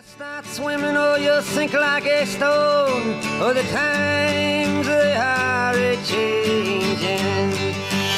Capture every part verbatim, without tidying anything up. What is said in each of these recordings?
Start swimming or you'll sink like a stone. Oh, the times they are a-changing.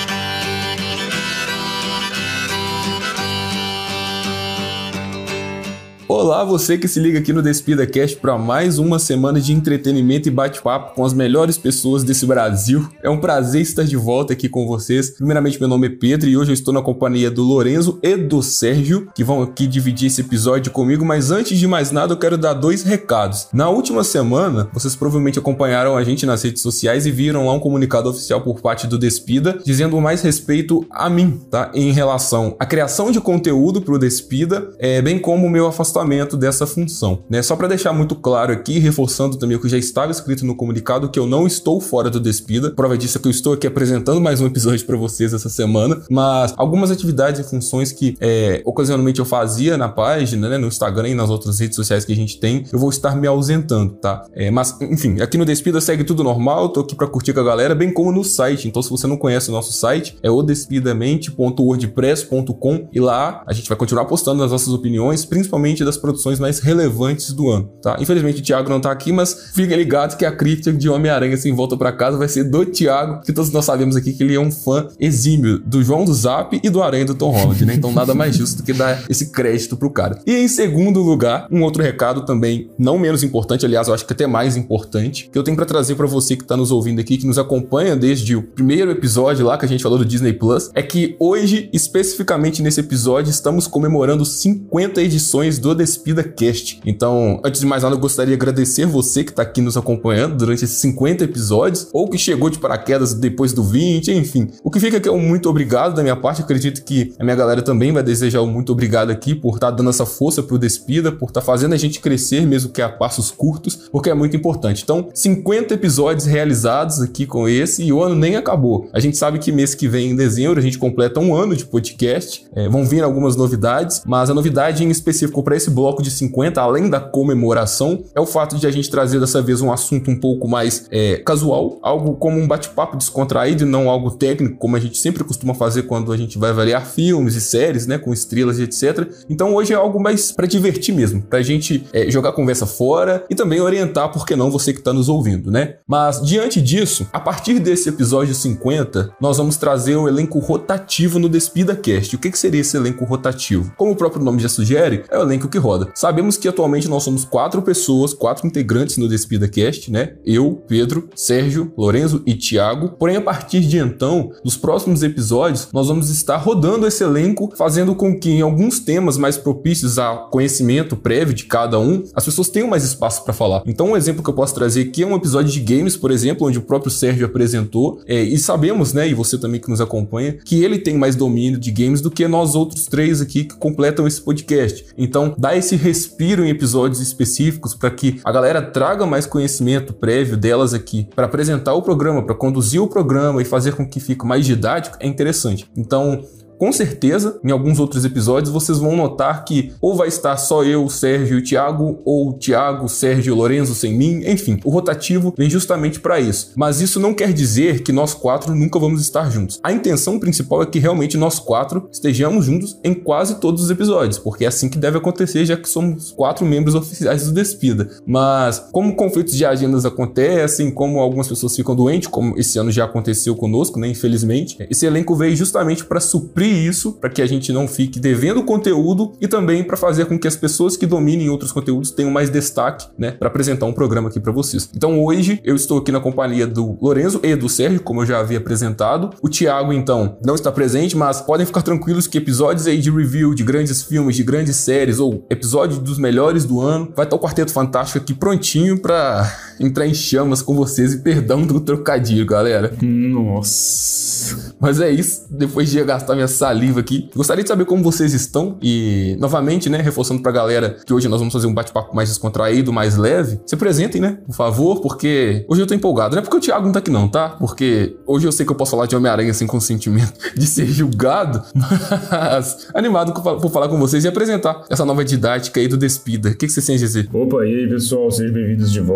Olá, você que se liga aqui no DespidaCast para mais uma semana de entretenimento e bate-papo com as melhores pessoas desse Brasil. É um prazer estar de volta aqui com vocês. Primeiramente, meu nome é Pedro e hoje eu estou na companhia do Lorenzo e do Sérgio, que vão aqui dividir esse episódio comigo, mas antes de mais nada eu quero dar dois recados. Na última semana, vocês provavelmente acompanharam a gente nas redes sociais e viram lá um comunicado oficial por parte do Despida, dizendo mais respeito a mim, tá? Em relação à criação de conteúdo para o Despida, é, bem como o meu afastamento dessa função, né? Só para deixar muito claro aqui, reforçando também o que já estava escrito no comunicado, que eu não estou fora do Despida. Prova disso é que eu estou aqui apresentando mais um episódio para vocês essa semana, mas algumas atividades e funções que é, ocasionalmente eu fazia na página, né, no Instagram e nas outras redes sociais que a gente tem, eu vou estar me ausentando, tá? É, mas, enfim, aqui no Despida segue tudo normal, tô aqui para curtir com a galera, bem como no site. Então, se você não conhece o nosso site, é o despidamente ponto wordpress ponto com e lá a gente vai continuar postando as nossas opiniões, principalmente das produções mais relevantes do ano, tá? Infelizmente o Thiago não tá aqui, mas fica ligado que a crítica de Homem-Aranha Sem Volta Pra Casa vai ser do Thiago, que todos nós sabemos aqui que ele é um fã exímio do João do Zap e do Aranha do Tom Holland, né? Então nada mais justo do que dar esse crédito pro cara. E em segundo lugar, um outro recado também não menos importante, aliás, eu acho que até mais importante, que eu tenho pra trazer pra você que tá nos ouvindo aqui, que nos acompanha desde o primeiro episódio lá que a gente falou do Disney Plus, é que hoje, especificamente nesse episódio, estamos comemorando cinquenta edições do DespidaCast. Então, antes de mais nada, eu gostaria de agradecer você que está aqui nos acompanhando durante esses cinquenta episódios, ou que chegou de paraquedas depois do vinte, enfim. O que fica aqui é um muito obrigado da minha parte. Acredito que a minha galera também vai desejar um muito obrigado aqui por estar tá dando essa força pro Despida, por estar tá fazendo a gente crescer, mesmo que a passos curtos, porque é muito importante. Então, cinquenta episódios realizados aqui com esse, e o ano nem acabou. A gente sabe que mês que vem, em dezembro, a gente completa um ano de podcast. É, vão vir algumas novidades, mas a novidade em específico para esse bloco de cinquenta, além da comemoração, é o fato de a gente trazer dessa vez um assunto um pouco mais é, casual, algo como um bate-papo descontraído e não algo técnico, como a gente sempre costuma fazer quando a gente vai avaliar filmes e séries, né, com estrelas e etcétera. Então hoje é algo mais para divertir mesmo, pra gente é, jogar a conversa fora e também orientar, por que não, você que tá nos ouvindo, né? Mas diante disso, a partir desse episódio cinquenta, nós vamos trazer o elenco rotativo no DespidaCast. O que que seria esse elenco rotativo? Como o próprio nome já sugere, é o elenco que roda. Sabemos que atualmente nós somos quatro pessoas, quatro integrantes no DespidaCast, né? Eu, Pedro, Sérgio, Lorenzo e Thiago. Porém, a partir de então, nos próximos episódios, nós vamos estar rodando esse elenco, fazendo com que em alguns temas mais propícios a conhecimento prévio de cada um, as pessoas tenham mais espaço para falar. Então, um exemplo que eu posso trazer aqui é um episódio de games, por exemplo, onde o próprio Sérgio apresentou, é, e sabemos, né, e você também que nos acompanha, que ele tem mais domínio de games do que nós outros três aqui que completam esse podcast. Então, dá esse respiro em episódios específicos para que a galera traga mais conhecimento prévio delas aqui para apresentar o programa, para conduzir o programa e fazer com que fique mais didático, é interessante. Então, com certeza, em alguns outros episódios, vocês vão notar que ou vai estar só eu, o Sérgio e o Thiago, ou o Thiago, o Sérgio e o Lorenzo sem mim, enfim. O rotativo vem justamente para isso. Mas isso não quer dizer que nós quatro nunca vamos estar juntos. A intenção principal é que realmente nós quatro estejamos juntos em quase todos os episódios, porque é assim que deve acontecer, já que somos quatro membros oficiais do Despida. Mas, como conflitos de agendas acontecem, como algumas pessoas ficam doentes, como esse ano já aconteceu conosco, né, infelizmente, esse elenco veio justamente para suprir isso, para que a gente não fique devendo conteúdo e também para fazer com que as pessoas que dominem outros conteúdos tenham mais destaque, né, para apresentar um programa aqui para vocês. Então hoje eu estou aqui na companhia do Lorenzo e do Sérgio, como eu já havia apresentado. O Thiago, então, não está presente, mas podem ficar tranquilos que episódios aí de review de grandes filmes, de grandes séries ou episódios dos melhores do ano, vai estar o Quarteto Fantástico aqui prontinho para entrar em chamas com vocês, e perdão do trocadilho, galera. Nossa. Mas é isso, depois de gastar minha saliva aqui, gostaria de saber como vocês estão e, novamente, né, reforçando pra galera que hoje nós vamos fazer um bate-papo mais descontraído, mais leve. Se apresentem, né, por favor, porque hoje eu tô empolgado. Não é porque o Thiago não tá aqui não, tá? Porque hoje eu sei que eu posso falar de Homem-Aranha sem consentimento de ser julgado, mas animado por falar com vocês e apresentar essa nova didática aí do Despida. O que, que vocês têm a dizer? Opa, e aí, pessoal, sejam bem-vindos de volta aí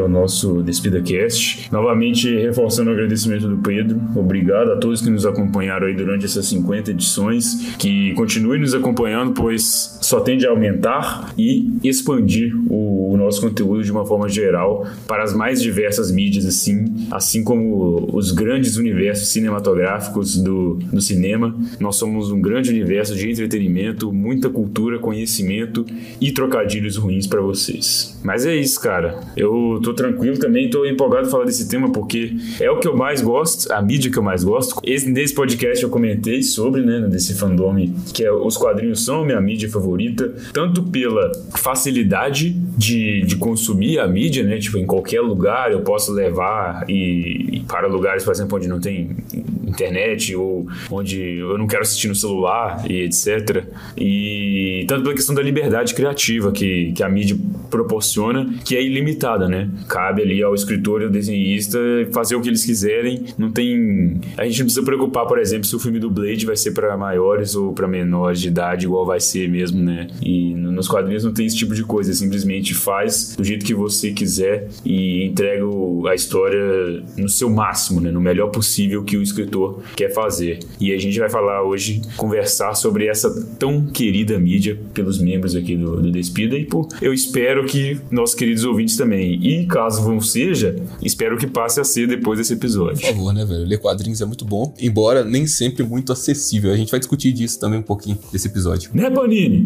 ao nosso DespidaCast. Novamente, reforçando o agradecimento do Pedro. Obrigado a todos que nos acompanharam aí durante essas cinquenta edições. Que continuem nos acompanhando, pois só tende a aumentar e expandir o, o nosso conteúdo de uma forma geral para as mais diversas mídias, assim, assim como os grandes universos cinematográficos do, do cinema. Nós somos um grande universo de entretenimento, muita cultura, conhecimento e trocadilhos ruins para vocês. Mas é isso, cara. Eu tô tranquilo também, tô empolgado a falar desse tema porque é o que eu mais gosto, a mídia que eu mais gosto. Esse, nesse podcast eu comentei sobre, né, desse fandom, que é, os quadrinhos são a minha mídia favorita, tanto pela facilidade de, de consumir a mídia, né, tipo, em qualquer lugar eu posso levar e, e para lugares, por exemplo, onde não tem internet ou onde eu não quero assistir no celular e etcétera. E tanto pela questão da liberdade criativa que, que a mídia proporciona, que é ilimitada, né? Cabe ali ao escritor e ao desenhista fazer o que eles quiserem. Não tem... A gente não precisa preocupar, por exemplo, se o filme do Blade vai ser para maiores ou para menores de idade, igual vai ser mesmo, né? E nos quadrinhos não tem esse tipo de coisa. Simplesmente faz do jeito que você quiser e entrega a história no seu máximo, né? No melhor possível que o escritor quer fazer. E a gente vai falar hoje, conversar sobre essa tão querida mídia pelos membros aqui do, do Despida e por, eu espero que nossos queridos ouvintes também. E caso não seja, espero que passe a ser depois desse episódio. Por favor, né, velho? Ler quadrinhos é muito bom, embora nem sempre muito acessível. A gente vai discutir disso também um pouquinho nesse episódio. Né, Panini?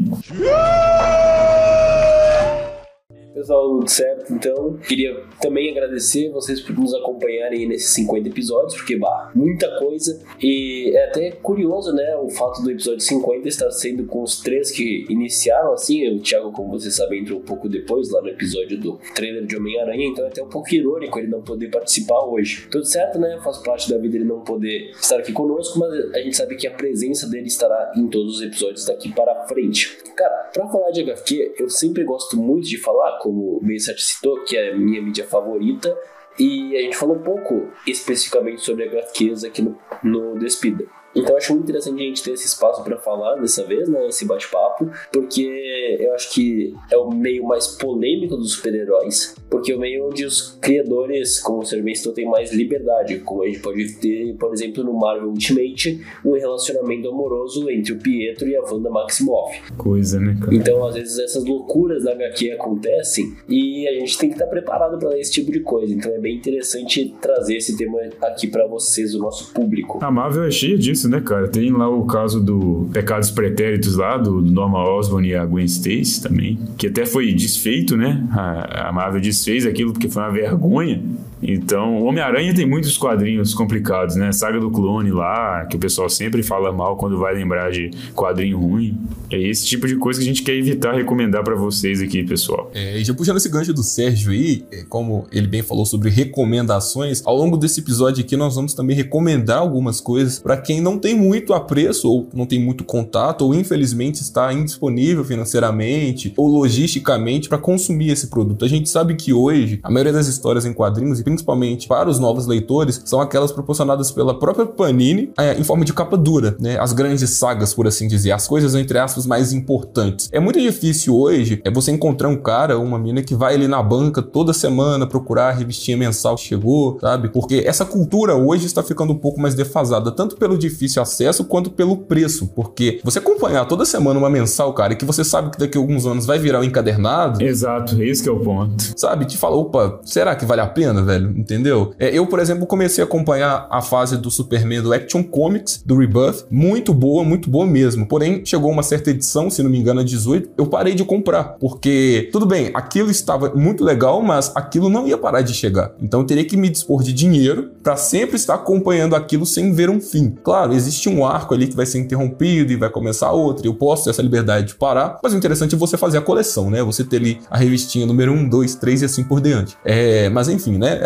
Pessoal, tudo certo? Então, queria também agradecer vocês por nos acompanharem nesses cinquenta episódios, porque, bah, muita coisa. E é até curioso, né, o fato do episódio cinquenta estar sendo com os três que iniciaram, assim. O Thiago, como vocês sabem, entrou um pouco depois, lá no episódio do trailer de Homem-Aranha, então é até um pouco irônico ele não poder participar hoje. Tudo certo, né? Faz parte da vida ele não poder estar aqui conosco, mas a gente sabe que a presença dele estará em todos os episódios daqui para frente. Cara, pra falar de H Q, eu sempre gosto muito de falar, como o Bessat citou, que é a minha mídia favorita, e a gente falou um pouco especificamente sobre H Qs aqui no, no Despida. Então eu acho muito interessante a gente ter esse espaço para falar dessa vez, né, esse bate-papo, porque eu acho que é o meio mais polêmico dos super-heróis, porque é o meio onde os criadores, como o Sr. Benston, têm mais liberdade, como a gente pode ter, por exemplo, no Marvel Ultimate, um relacionamento amoroso entre o Pietro e a Wanda Maximoff. Coisa, né, cara? Então, às vezes, essas loucuras da H Q acontecem e a gente tem que estar preparado para esse tipo de coisa. Então, é bem interessante trazer esse tema aqui para vocês, o nosso público. A Marvel é cheia disso, né, cara? Tem lá o caso do Pecados Pretéritos lá, do Norman Osborn e a Gwen Stacy também, que até foi desfeito, né? A, a Marvel desfez aquilo porque foi uma vergonha. Então, o Homem-Aranha tem muitos quadrinhos complicados, né? Saga do Clone lá, que o pessoal sempre fala mal quando vai lembrar de quadrinho ruim. É esse tipo de coisa que a gente quer evitar recomendar pra vocês aqui, pessoal. É, e já puxando esse gancho do Sérgio aí, como ele bem falou sobre recomendações, ao longo desse episódio aqui nós vamos também recomendar algumas coisas pra quem não tem muito apreço ou não tem muito contato ou infelizmente está indisponível financeiramente ou logisticamente pra consumir esse produto. A gente sabe que hoje a maioria das histórias em quadrinhos, e principalmente para os novos leitores, são aquelas proporcionadas pela própria Panini é, em forma de capa dura, né? As grandes sagas, por assim dizer, as coisas, entre aspas, mais importantes. É muito difícil hoje é você encontrar um cara ou uma mina que vai ali na banca toda semana procurar a revistinha mensal que chegou, sabe? Porque essa cultura hoje está ficando um pouco mais defasada, tanto pelo difícil acesso quanto pelo preço, porque você acompanhar toda semana uma mensal, cara, e que você sabe que daqui a alguns anos vai virar um encadernado... Exato, esse que é o ponto. Sabe? Te fala, opa, será que vale a pena, velho? Entendeu? É, eu, por exemplo, comecei a acompanhar a fase do Superman do Action Comics, do Rebirth, muito boa, muito boa mesmo. Porém, chegou uma certa edição, se não me engano, a dezoito, eu parei de comprar, porque, tudo bem, aquilo estava muito legal, mas aquilo não ia parar de chegar. Então, eu teria que me dispor de dinheiro para sempre estar acompanhando aquilo sem ver um fim. Claro, existe um arco ali que vai ser interrompido e vai começar outro, e eu posso ter essa liberdade de parar, mas o interessante é você fazer a coleção, né? Você ter ali a revistinha número um, dois, três e assim por diante. É, mas enfim, né?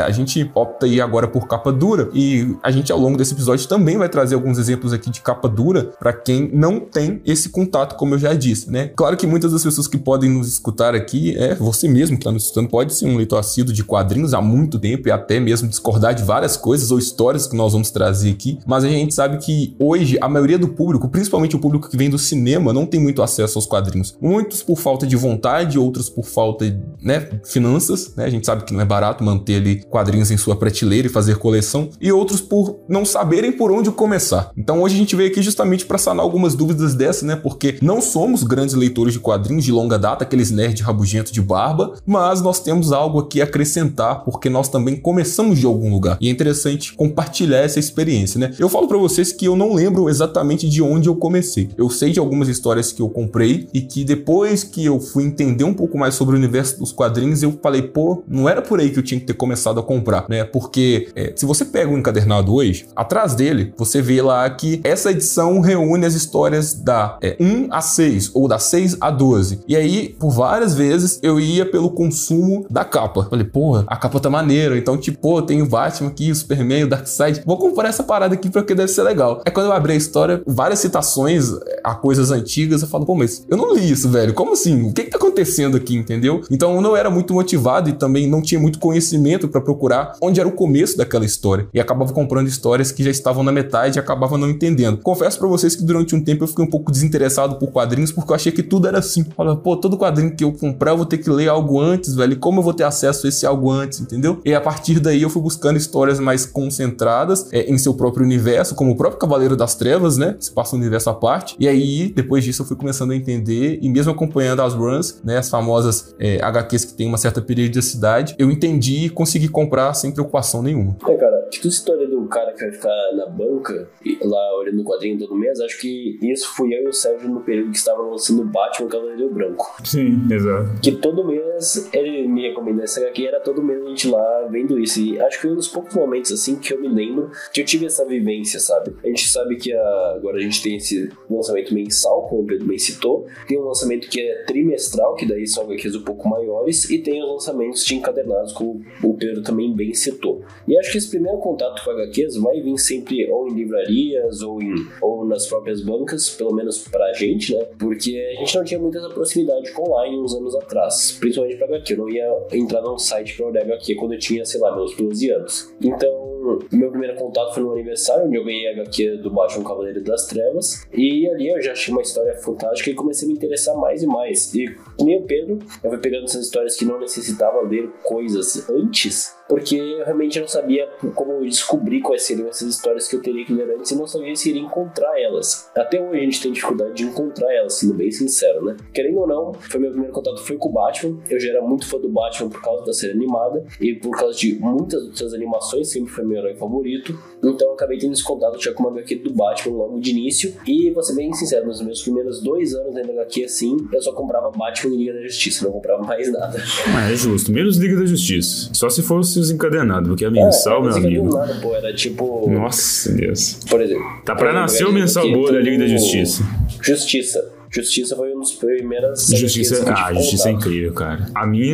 a gente opta aí agora por capa dura e a gente ao longo desse episódio também vai trazer alguns exemplos aqui de capa dura para quem não tem esse contato, como eu já disse, né? Claro que muitas das pessoas que podem nos escutar aqui, é você mesmo que está nos escutando, pode ser um leitor assíduo de quadrinhos há muito tempo e até mesmo discordar de várias coisas ou histórias que nós vamos trazer aqui, mas a gente sabe que hoje a maioria do público, principalmente o público que vem do cinema, não tem muito acesso aos quadrinhos. Muitos por falta de vontade, outros por falta de, né, finanças, né? A gente sabe que não é barato manter ali quadrinhos em sua prateleira e fazer coleção, e outros por não saberem por onde começar. Então hoje a gente veio aqui justamente para sanar algumas dúvidas dessas, né? Porque não somos grandes leitores de quadrinhos de longa data, aqueles nerds rabugentos de barba, mas nós temos algo aqui a acrescentar, porque nós também começamos de algum lugar. E é interessante compartilhar essa experiência, né? Eu falo para vocês que eu não lembro exatamente de onde eu comecei. Eu sei de algumas histórias que eu comprei e que depois que eu fui entender um pouco mais sobre o universo dos quadrinhos, eu falei, pô, não era por aí que eu tinha que ter começado a comprar, né? Porque é, se você pega um encadernado hoje, atrás dele, você vê lá que essa edição reúne as histórias da é, um a seis ou da seis a doze. E aí, por várias vezes, eu ia pelo consumo da capa. Falei, porra, a capa tá maneira. Então, tipo, pô, tem o Batman aqui, o Superman, o Darkseid. Vou comprar essa parada aqui porque deve ser legal. Aí quando eu abri a história, várias citações a coisas antigas, eu falo, pô, mas eu não li isso, velho. Como assim? O que que tá acontecendo aqui, entendeu? Então eu não era muito motivado e também não tinha muito conhecimento pra procurar onde era o começo daquela história. E acabava comprando histórias que já estavam na metade e acabava não entendendo. Confesso pra vocês que durante um tempo eu fiquei um pouco desinteressado por quadrinhos porque eu achei que tudo era assim. Falava, pô, todo quadrinho que eu comprar eu vou ter que ler algo antes, velho. E como eu vou ter acesso a esse algo antes, entendeu? E a partir daí eu fui buscando histórias mais concentradas é, em seu próprio universo, como o próprio Cavaleiro das Trevas, né? Se passa um universo à parte. E aí, depois disso, eu fui começando a entender e mesmo acompanhando as runs, né? As famosas é, agá quês que tem uma certa periodicidade, eu entendi e consegui comprar sem preocupação nenhuma. É, cara, tipo essa história do cara que vai ficar na banca lá olhando o quadrinho todo mês, acho que isso fui eu e o Sérgio no período que estava lançando Batman Cavaleiro Branco. Sim, exato. Que todo mês ele me recomendou essa aqui, era todo mês a gente lá vendo isso. E acho que foi um dos poucos momentos assim que eu me lembro que eu tive essa vivência, sabe? A gente sabe que a, agora a gente tem esse lançamento mensal, como o Pedro bem citou, tem um lançamento que é trimestral, que daí são agá quês um pouco maiores, e tem os lançamentos de encadernados, como o Pedro também bem citou. E acho que esse primeiro contato com agá quês vai vir sempre ou em livrarias ou, em, ou nas próprias bancas, pelo menos pra gente, né? Porque a gente não tinha muita proximidade com online uns anos atrás, principalmente pra agá quê. Eu não ia entrar num site pra olhar agá quê quando eu tinha, sei lá, meus doze anos. Então, meu primeiro contato foi no aniversário, onde eu ganhei agá quê do Batman Cavaleiro das Trevas, e ali eu já achei uma história fantástica e comecei a me interessar mais e mais. E que nem o Pedro, eu fui pegando essas histórias que não necessitava ler coisas antes, porque eu realmente não sabia como descobrir quais seriam essas histórias que eu teria que ler antes e não sabia se iria encontrar elas. Até hoje a gente tem dificuldade de encontrar elas, sendo bem sincero, né? Querendo ou não, foi meu primeiro contato foi com o Batman. Eu já era muito fã do Batman por causa da série animada e por causa de muitas outras animações, sempre foi meu herói favorito. Então eu acabei tendo esse contato já com uma agá quê do Batman logo de início. E vou ser bem sincero, nos meus primeiros dois anos dentro da agá quê assim, eu só comprava Batman e Liga da Justiça, não comprava mais nada. Ah, é justo, menos Liga da Justiça. Só se fosse os encadernados, porque é mensal, é, meu amigo. Nada, pô, era tipo... Nossa, Deus. Por exemplo... Tá pra nascer o mensal boa da Liga da Justiça. Justiça. Justiça foi uma das primeiras... Justiça, ah, Justiça é incrível, cara. A minha,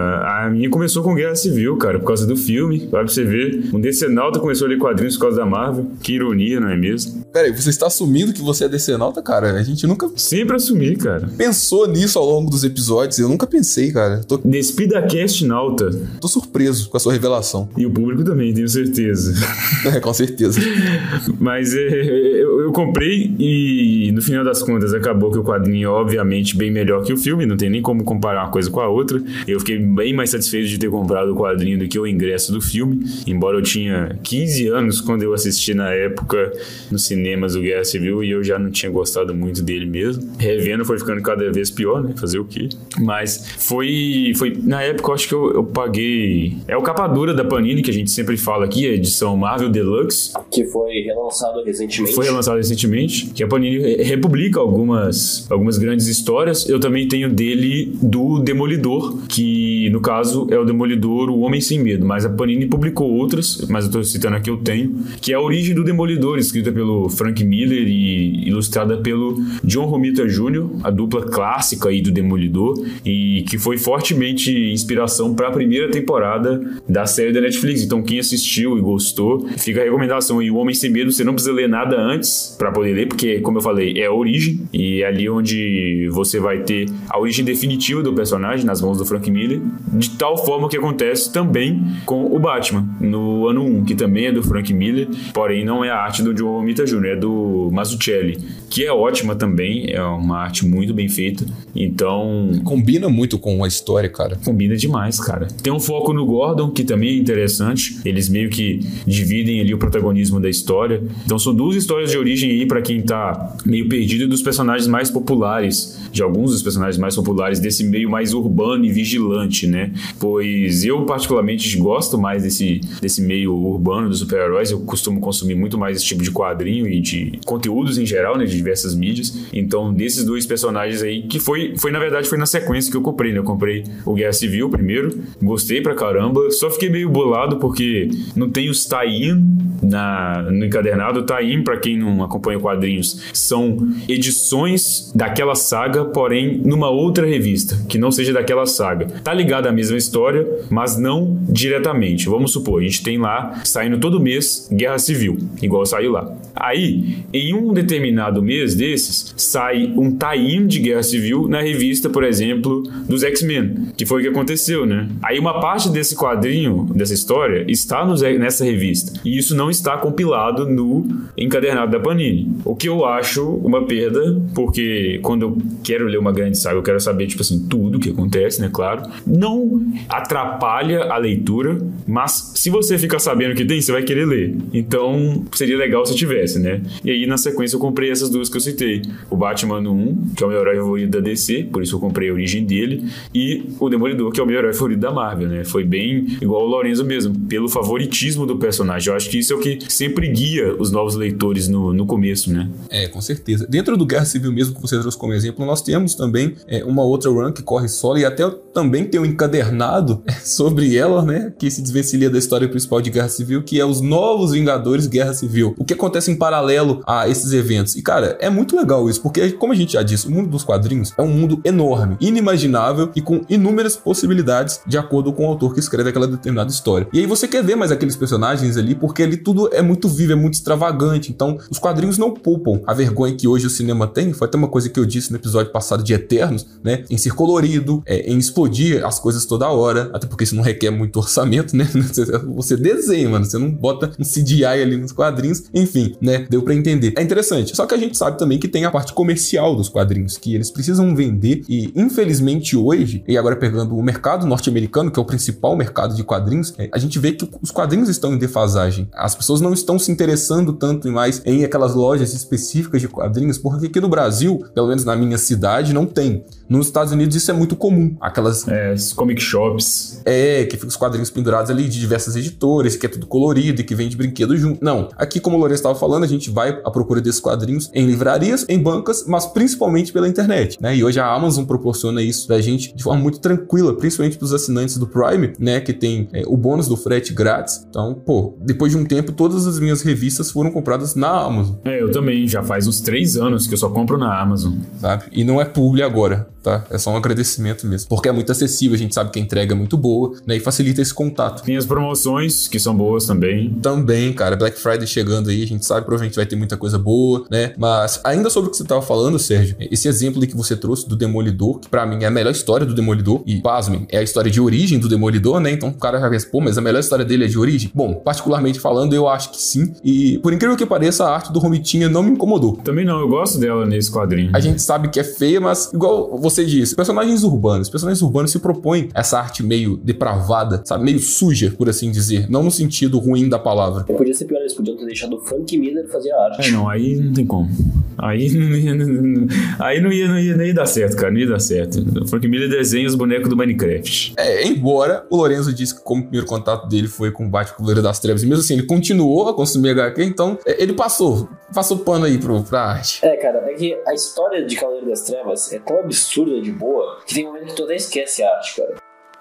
a minha começou com Guerra Civil, cara, por causa do filme. Vai pra você ver. Um decenalta começou a ler quadrinhos por causa da Marvel. Que ironia, não é mesmo? Peraí, você está assumindo que você é decenalta, cara? A gente nunca... Sempre assumi, cara. Pensou nisso ao longo dos episódios? Eu nunca pensei, cara. Tô... DespidaCast nauta. Tô surpreso com a sua revelação. E o público também, tenho certeza. É, com certeza. Mas é, eu, eu comprei e no final das contas acabou que o quadrinho é obviamente bem melhor que o filme, não tem nem como comparar uma coisa com a outra. Eu fiquei bem mais satisfeito de ter comprado o quadrinho do que o ingresso do filme, embora eu tinha quinze anos quando eu assisti na época nos cinemas do Guerra Civil e eu já não tinha gostado muito dele mesmo. Revendo foi ficando cada vez pior, né? Fazer o quê? Mas foi, foi na época eu acho que eu, eu paguei... É o capa dura da Panini, que a gente sempre fala aqui, a edição Marvel Deluxe. Que foi relançado recentemente. Foi relançado recentemente, que a Panini republica algumas, algumas grandes grandes histórias, eu também tenho dele do Demolidor, que no caso é o Demolidor, o Homem Sem Medo, mas a Panini publicou outras, mas eu tô citando aqui, eu tenho, que é a Origem do Demolidor, escrita pelo Frank Miller e ilustrada pelo John Romita Júnior, a dupla clássica aí do Demolidor, e que foi fortemente inspiração para a primeira temporada da série da Netflix. Então quem assistiu e gostou, fica a recomendação aí, o Homem Sem Medo, você não precisa ler nada antes para poder ler, porque como eu falei, é a origem, e é ali onde você vai ter a origem definitiva do personagem nas mãos do Frank Miller, de tal forma que acontece também com o Batman, no ano um, que também é do Frank Miller, porém não é a arte do John Romita Júnior, é do Mazzucchelli, que é ótima também, é uma arte muito bem feita, então... Combina muito com a história, cara. Combina demais, cara. Tem um foco no Gordon, que também é interessante, eles meio que dividem ali o protagonismo da história, então são duas histórias de origem aí pra quem tá meio perdido dos personagens mais populares, de alguns dos personagens mais populares desse meio mais urbano e vigilante, né? Pois eu particularmente gosto mais desse, desse meio urbano dos super-heróis, eu costumo consumir muito mais esse tipo de quadrinho e de conteúdos em geral, né? De diversas mídias. Então, desses dois personagens aí, que foi, foi na verdade, foi na sequência que eu comprei, né? Eu comprei o Guerra Civil primeiro, gostei pra caramba, só fiquei meio bolado porque não tem os tie-in na, no encadernado. O tie-in, pra quem não acompanha quadrinhos, são edições daquela saga, porém numa outra revista, que não seja daquela saga. Tá ligado à mesma história, mas não diretamente. Vamos supor, a gente tem lá, saindo todo mês, Guerra Civil, igual saiu lá. Aí, em um determinado mês desses, sai um tie-in de Guerra Civil na revista, por exemplo, dos X-Men, que foi o que aconteceu, né? Aí uma parte desse quadrinho, dessa história, está nos, nessa revista, e isso não está compilado no encadernado da Panini, o que eu acho uma perda, porque quando eu quero ler uma grande saga, eu quero saber, tipo assim, tudo que acontece, né, claro. Não atrapalha a leitura, mas se você ficar sabendo que tem, você vai querer ler. Então, seria legal se tivesse, né? E aí, na sequência, eu comprei essas duas que eu citei. O Batman um, que é o meu herói favorito da D C, por isso eu comprei a origem dele, e o Demolidor, que é o meu herói favorito da Marvel, né? Foi bem igual o Lorenzo mesmo, pelo favoritismo do personagem. Eu acho que isso é o que sempre guia os novos leitores no, no começo, né? É, com certeza. Dentro do Guerra Civil mesmo, que você trouxe como exemplo, nós temos também é, uma outra run que corre solo, e até também tem um encadernado sobre ela, né, que se desvencilha da história principal de Guerra Civil, que é os Novos Vingadores Guerra Civil. O que acontece em paralelo a esses eventos. E, cara, é muito legal isso, porque, como a gente já disse, o mundo dos quadrinhos é um mundo enorme, inimaginável e com inúmeras possibilidades de acordo com o autor que escreve aquela determinada história. E aí você quer ver mais aqueles personagens ali, porque ali tudo é muito vivo, é muito extravagante. Então, os quadrinhos não poupam a vergonha que hoje o cinema tem. Foi até uma coisa que eu disse no episódio passado de Eternos, né, em ser colorido, é, em explodir as coisas toda hora, até porque isso não requer muito orçamento, né, você desenha, mano, você não bota um C G I ali nos quadrinhos, enfim, né, deu pra entender. É interessante, só que a gente sabe também que tem a parte comercial dos quadrinhos, que eles precisam vender, e infelizmente hoje, e agora pegando o mercado norte-americano, que é o principal mercado de quadrinhos, é, a gente vê que os quadrinhos estão em defasagem, as pessoas não estão se interessando tanto mais em aquelas lojas específicas de quadrinhos, porque aqui no Brasil, pelo menos na minha cidade, não tem. Nos Estados Unidos isso é muito comum, aquelas... É, comic shops. É, que fica os quadrinhos pendurados ali de diversas editoras, que é tudo colorido e que vende brinquedo junto. Não, aqui como o Lourenço estava falando, a gente vai à procura desses quadrinhos em livrarias, em bancas, mas principalmente pela internet, né? E hoje a Amazon proporciona isso pra gente de forma muito tranquila, principalmente pros assinantes do Prime, né? Que tem é, o bônus do frete grátis. Então, pô, depois de um tempo, todas as minhas revistas foram compradas na Amazon. É, eu também, já faz uns três anos que eu só compro na Amazon. Sabe? E não é publi agora, tá? É só um agradecimento mesmo. Porque é muito acessível, a gente sabe que a entrega é muito boa, né? E facilita esse contato. Tem as promoções, que são boas também. Também, cara. Black Friday chegando aí, a gente sabe, provavelmente vai ter muita coisa boa, né? Mas ainda sobre o que você tava falando, Sérgio, esse exemplo aí que você trouxe do Demolidor, que pra mim é a melhor história do Demolidor, e pasmem, é a história de origem do Demolidor, né? Então o cara já pensa, pô, mas a melhor história dele é de origem? Bom, particularmente falando, eu acho que sim. E por incrível que pareça, a arte do Romitinha não me incomodou. Também não, eu gosto dela nesse quadrinho. A gente sabe que é feia, mas igual você disse, personagens urbanos, personagens urbanos se propõem essa arte meio depravada, sabe? Meio suja, por assim dizer. Não no sentido ruim da palavra. Podia ser pior, eles podiam ter deixado o Frank Miller fazer a arte. É, não, aí não tem como. Aí não ia, não, aí não ia, não ia nem dar certo, cara, não ia dar certo. O Frank Miller desenha os bonecos do Minecraft. É, embora o Lorenzo disse que como o primeiro contato dele foi com o Batman Cavaleiro das Trevas, e mesmo assim ele continuou a consumir agá quê, então é, ele passou, passou pano aí pro, pra arte. É, cara, é que a história de Cavaleiro das Trevas é tão absurda de boa que tem um momento que tu até esquece a arte, cara.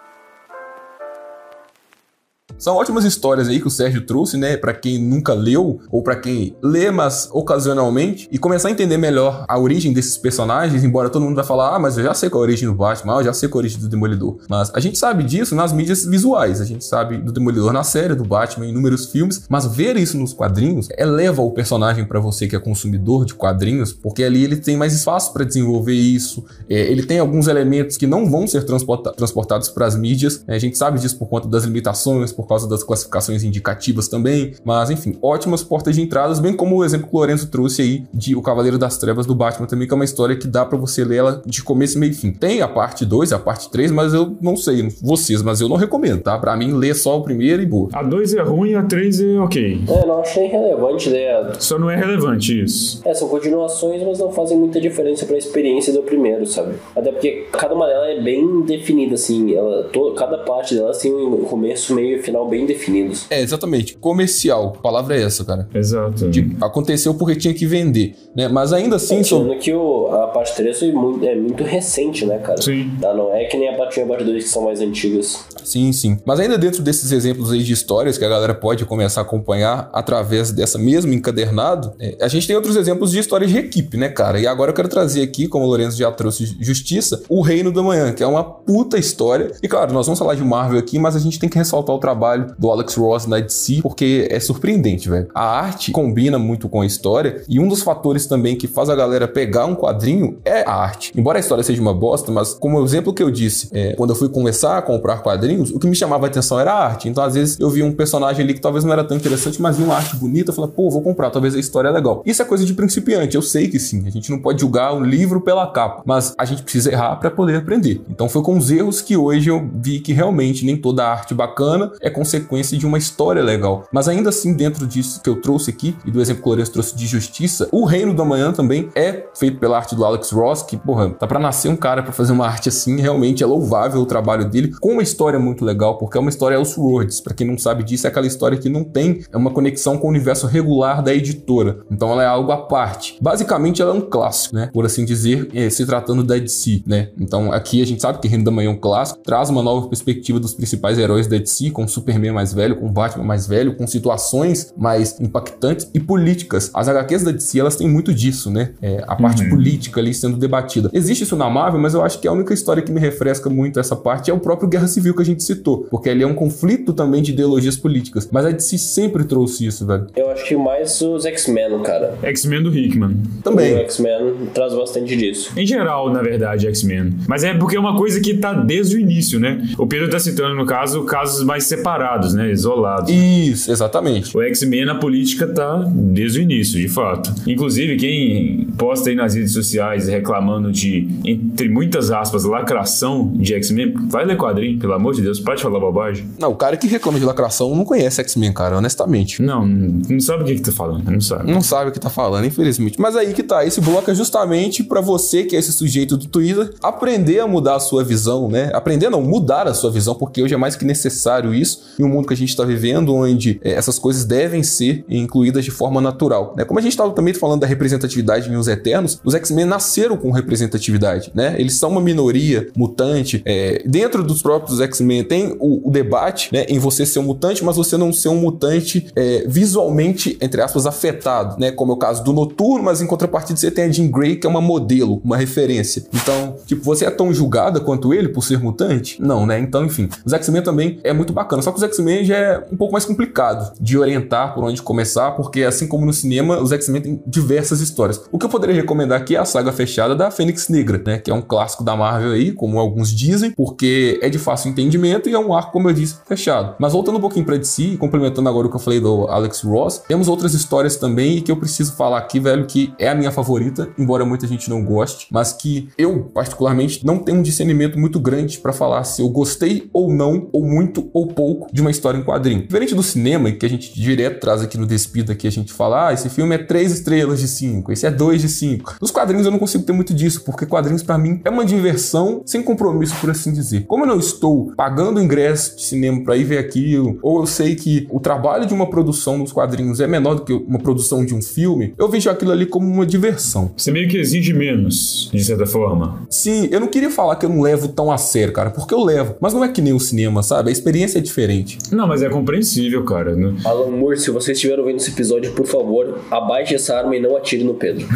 São ótimas histórias aí que o Sérgio trouxe, né, pra quem nunca leu, ou pra quem lê, mas ocasionalmente, e começar a entender melhor a origem desses personagens, embora todo mundo vai falar, ah, mas eu já sei qual é a origem do Batman, ah, eu já sei qual é a origem do Demolidor. Mas a gente sabe disso nas mídias visuais, a gente sabe do Demolidor na série, do Batman em inúmeros filmes, mas ver isso nos quadrinhos eleva o personagem pra você que é consumidor de quadrinhos, porque ali ele tem mais espaço pra desenvolver isso, é, ele tem alguns elementos que não vão ser transporta- transportados pras mídias, né, a gente sabe disso por conta das limitações, por por causa das classificações indicativas também, mas enfim, ótimas portas de entradas, bem como o exemplo que o Lorenzo trouxe aí de O Cavaleiro das Trevas do Batman também, que é uma história que dá pra você ler ela de começo, meio e fim. Tem a parte dois, a parte três, mas eu não sei vocês, mas eu não recomendo, tá? Pra mim, ler só o primeiro e boa. A dois é ruim, a três é ok. É, não achei relevante, né? Só não é relevante isso. É, são continuações, mas não fazem muita diferença pra experiência do primeiro, sabe? Até porque cada uma delas é bem definida, assim, ela, to, cada parte delas tem um começo, meio e final bem definidos. É, exatamente. Comercial. A palavra é essa, cara. Exato. Tipo, aconteceu porque tinha que vender, né? Mas ainda assim... Tirando só... que o, a parte três foi muito, é muito recente, né, cara? Sim. Tá, não é que nem a parte um e a parte dois que são mais antigas. Sim, sim. Mas ainda dentro desses exemplos aí de histórias que a galera pode começar a acompanhar através dessa mesma encadernado, é, a gente tem outros exemplos de histórias de equipe, né, cara? E agora eu quero trazer aqui, como o Lorenzo já trouxe Justiça, O Reino da Manhã, que é uma puta história. E claro, nós vamos falar de Marvel aqui, mas a gente tem que ressaltar o trabalho do Alex Ross na D C, porque é surpreendente, velho. A arte combina muito com a história, e um dos fatores também que faz a galera pegar um quadrinho é a arte. Embora a história seja uma bosta, mas como o exemplo que eu disse, é, quando eu fui começar a comprar quadrinhos, o que me chamava a atenção era a arte. Então, às vezes, eu via um personagem ali que talvez não era tão interessante, mas via uma arte bonita, eu falei, pô, vou comprar, talvez a história é legal. Isso é coisa de principiante, eu sei que sim, a gente não pode julgar um livro pela capa, mas a gente precisa errar para poder aprender. Então, foi com os erros que hoje eu vi que realmente nem toda a arte bacana é consequência de uma história legal. Mas ainda assim, dentro disso que eu trouxe aqui, e do exemplo que o Lourenço trouxe de Justiça, O Reino da Manhã também é feito pela arte do Alex Ross, que, porra, tá pra nascer um cara pra fazer uma arte assim, realmente é louvável o trabalho dele, com uma história muito legal, porque é uma história Elseworlds. Pra quem não sabe disso, é aquela história que não tem uma conexão com o universo regular da editora. Então ela é algo à parte. Basicamente, ela é um clássico, né? Por assim dizer, é, se tratando da D C, né? Então aqui a gente sabe que Reino da Manhã é um clássico, traz uma nova perspectiva dos principais heróis da D C, com o Superman mais velho, com o Batman mais velho, com situações mais impactantes e políticas. As agá quês da D C, elas têm muito disso, né? É, a parte uhum. política ali sendo debatida. Existe isso na Marvel, mas eu acho que a única história que me refresca muito essa parte é o próprio Guerra Civil que a gente citou, porque ele é um conflito também de ideologias políticas. Mas a D C sempre trouxe isso, velho. Eu acho que mais os X-Men, cara. X-Men do Hickman. Também. O X-Men traz bastante disso. Em geral, na verdade, X-Men. Mas é porque é uma coisa que tá desde o início, né? O Pedro tá citando, no caso, casos mais separados, né? Isolados. Isso, exatamente. O X-Men na política tá desde o início, de fato. Inclusive, quem posta aí nas redes sociais reclamando de, entre muitas aspas, lacração de X-Men, vai ler quadrinho, pelo amor de Deus, para de falar bobagem. Não, o cara que reclama de lacração não conhece X-Men, cara, honestamente. Não, não sabe o que que tá falando, não sabe. Não sabe o que tá falando, infelizmente. Mas aí que tá, esse bloco é justamente pra você, que é esse sujeito do Twitter, aprender a mudar a sua visão, né? Aprender não, mudar a sua visão, porque hoje é mais que necessário isso, em um mundo que a gente tá vivendo, onde é, essas coisas devem ser incluídas de forma natural, né? Como a gente tava também falando da representatividade em Os Eternos, os X-Men nasceram com representatividade, né? Eles são uma minoria mutante, é, dentro dos próprios X-Men tem o, o debate, né, em você ser um mutante, mas você não ser um mutante é, visualmente, entre aspas, afetado, né? Como é o caso do Noturno, mas em contrapartida você tem a Jean Grey, que é uma modelo, uma referência. Então, tipo, você é tão julgada quanto ele por ser mutante? Não, né? Então, enfim, os X-Men também é muito bacana, só que os X-Men já é um pouco mais complicado de orientar por onde começar, porque assim como no cinema, os X-Men têm diversas histórias. O que eu poderia recomendar aqui é a saga fechada da Fênix Negra, né? Que é um clássico da Marvel aí, como alguns dizem, porque é de fácil entendimento e é um arco, como eu disse, fechado. Mas voltando um pouquinho pra D C, complementando agora o que eu falei do Alex Ross, temos outras histórias também e que eu preciso falar aqui, velho, que é a minha favorita, embora muita gente não goste, mas que eu, particularmente, não tenho um discernimento muito grande pra falar se eu gostei ou não, ou muito ou pouco, pouco de uma história em quadrinho. Diferente do cinema, que a gente direto traz aqui no Despida, que a gente fala, ah, esse filme é três estrelas de cinco, esse é dois de cinco. Nos quadrinhos eu não consigo ter muito disso, porque quadrinhos pra mim é uma diversão sem compromisso, por assim dizer. Como eu não estou pagando ingresso de cinema pra ir ver aquilo, ou eu sei que o trabalho de uma produção nos quadrinhos é menor do que uma produção de um filme, eu vejo aquilo ali como uma diversão. Você meio que exige menos, de certa forma. Sim, eu não queria falar que eu não levo tão a sério, cara, porque eu levo, mas não é que nem o cinema, sabe? A experiência é diferente. Não, mas é compreensível, cara. Né? Alan Moore, se vocês estiverem ouvindo esse episódio, por favor, abaixe essa arma e não atire no Pedro.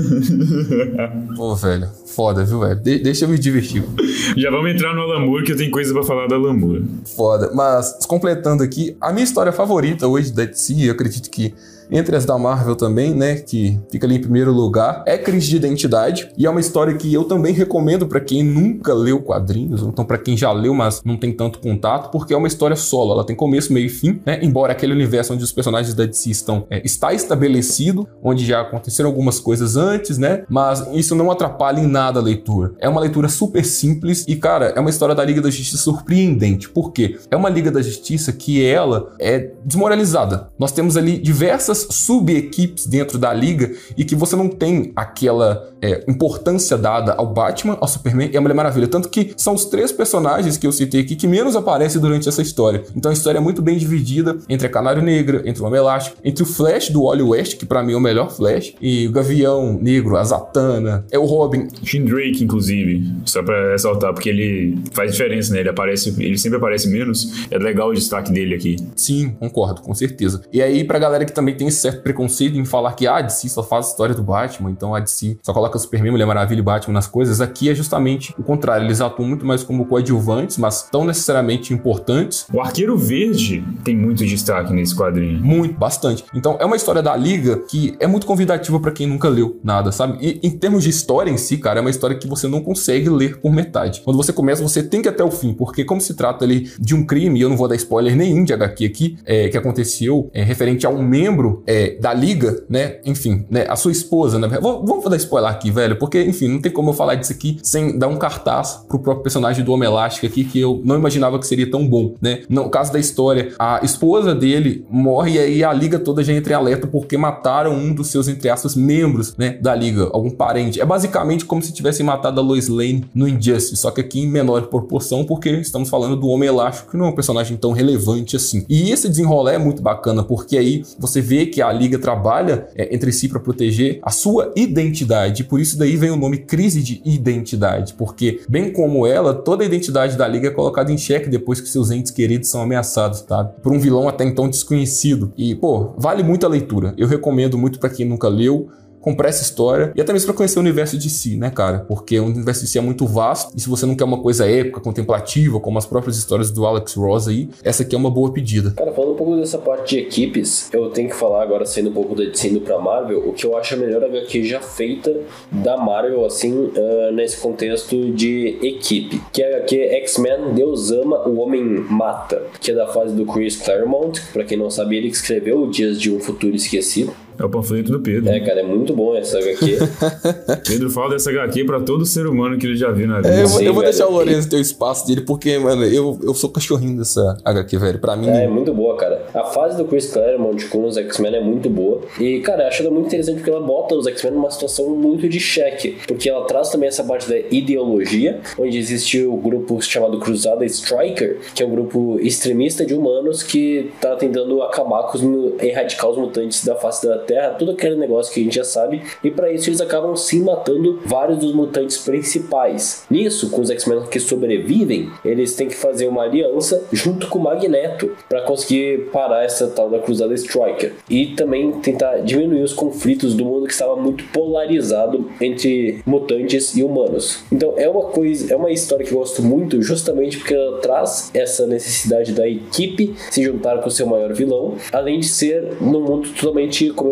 Pô, velho, foda, viu, velho? De- deixa eu me divertir. Já vamos entrar no Alan Moore, que eu tenho coisa pra falar do Alan Moore. Foda, mas completando aqui, a minha história favorita hoje da D C, eu acredito que entre as da Marvel também, né, que fica ali em primeiro lugar, é Crise de Identidade, e é uma história que eu também recomendo pra quem nunca leu quadrinhos, ou então pra quem já leu, mas não tem tanto contato, porque é uma história solo, ela tem começo, meio e fim, né, embora aquele universo onde os personagens da D C estão, é, está estabelecido, onde já aconteceram algumas coisas antes, né, mas isso não atrapalha em nada a leitura. É uma leitura super simples e, cara, é uma história da Liga da Justiça surpreendente, por quê? É uma Liga da Justiça que ela é desmoralizada. Nós temos ali diversas sub-equipes dentro da Liga e que você não tem aquela é, importância dada ao Batman, ao Superman e à Mulher Maravilha. Tanto que são os três personagens que eu citei aqui que menos aparecem durante essa história. Então a história é muito bem dividida entre a Canário Negra, entre o Homem Elástico, entre o Flash do Wally West, que pra mim é o melhor Flash, e o Gavião Negro, a Zatanna, é o Robin. Tim Drake, inclusive, só pra ressaltar, porque ele faz diferença, né? Ele aparece, ele sempre aparece menos. É legal o destaque dele aqui. Sim, concordo, com certeza. E aí, pra galera que também tem esse certo preconceito em falar que ah, a D C só faz a história do Batman, então a D C só coloca Superman, Mulher Maravilha e Batman nas coisas, aqui é justamente o contrário. Eles atuam muito mais como coadjuvantes, mas tão necessariamente importantes. O Arqueiro Verde tem muito destaque nesse quadrinho. Muito, bastante. Então é uma história da Liga que é muito convidativa pra quem nunca leu nada, sabe? E em termos de história em si, cara, é uma história que você não consegue ler por metade. Quando você começa, você tem que ir até o fim, porque como se trata ali de um crime, e eu não vou dar spoiler nenhum de H Q aqui, é, que aconteceu é, referente a um membro é, da Liga, né? Enfim, né? A sua esposa, né? Vou, vamos dar spoiler aqui, velho, porque, enfim, não tem como eu falar disso aqui sem dar um cartaz pro próprio personagem do Homem Elástico aqui, que eu não imaginava que seria tão bom, né? No caso da história, a esposa dele morre e aí a Liga toda já entra em alerta porque mataram um dos seus, entre aspas, membros, né? Da Liga, algum parente. É basicamente como se tivessem matado a Lois Lane no Injustice, só que aqui em menor proporção, porque estamos falando do Homem Elástico, que não é um personagem tão relevante assim. E esse desenrolar é muito bacana, porque aí você vê que a Liga trabalha é, entre si para proteger a sua identidade, por isso daí vem o nome Crise de Identidade, porque bem como ela, toda a identidade da Liga é colocada em xeque depois que seus entes queridos são ameaçados, tá? Por um vilão até então desconhecido. E, pô, vale muito a leitura. Eu recomendo muito para quem nunca leu. Comprar essa história e até mesmo pra conhecer o universo de si, né, cara? Porque o universo de si é muito vasto e se você não quer uma coisa épica, contemplativa, como as próprias histórias do Alex Ross aí, essa aqui é uma boa pedida. Cara, falando um pouco dessa parte de equipes, eu tenho que falar agora, saindo um pouco da D C indo pra Marvel, o que eu acho a melhor H Q já feita da Marvel, assim, uh, nesse contexto de equipe, que é a H Q X-Men Deus Ama, o Homem Mata, que é da fase do Chris Claremont, pra quem não sabe, ele que escreveu Dias de um Futuro Esquecido. É o panfleto do Pedro. É, cara, é muito bom essa H Q. Pedro fala dessa H Q pra todo ser humano que ele já viu na vida. É, eu, vou, Sim, eu vou velho. deixar o Lourenço ter o espaço dele, porque, mano, eu, eu sou cachorrinho dessa H Q, velho. Pra mim... É, é muito boa, cara. A fase do Chris Claremont com os X-Men é muito boa. E, cara, eu acho ela muito interessante porque ela bota os X-Men numa situação muito de xeque. Porque ela traz também essa parte da ideologia, onde existe o grupo chamado Cruzada Striker, que é um grupo extremista de humanos que tá tentando acabar com os, erradicar os mutantes da face da Terra, tudo aquele negócio que a gente já sabe, e pra isso eles acabam sim matando vários dos mutantes principais. Nisso, com os X-Men que sobrevivem, eles têm que fazer uma aliança junto com o Magneto pra conseguir parar essa tal da Cruzada Striker e também tentar diminuir os conflitos do mundo que estava muito polarizado entre mutantes e humanos. Então é uma coisa, é uma história que eu gosto muito justamente porque ela traz essa necessidade da equipe se juntar com o seu maior vilão, além de ser num mundo totalmente, como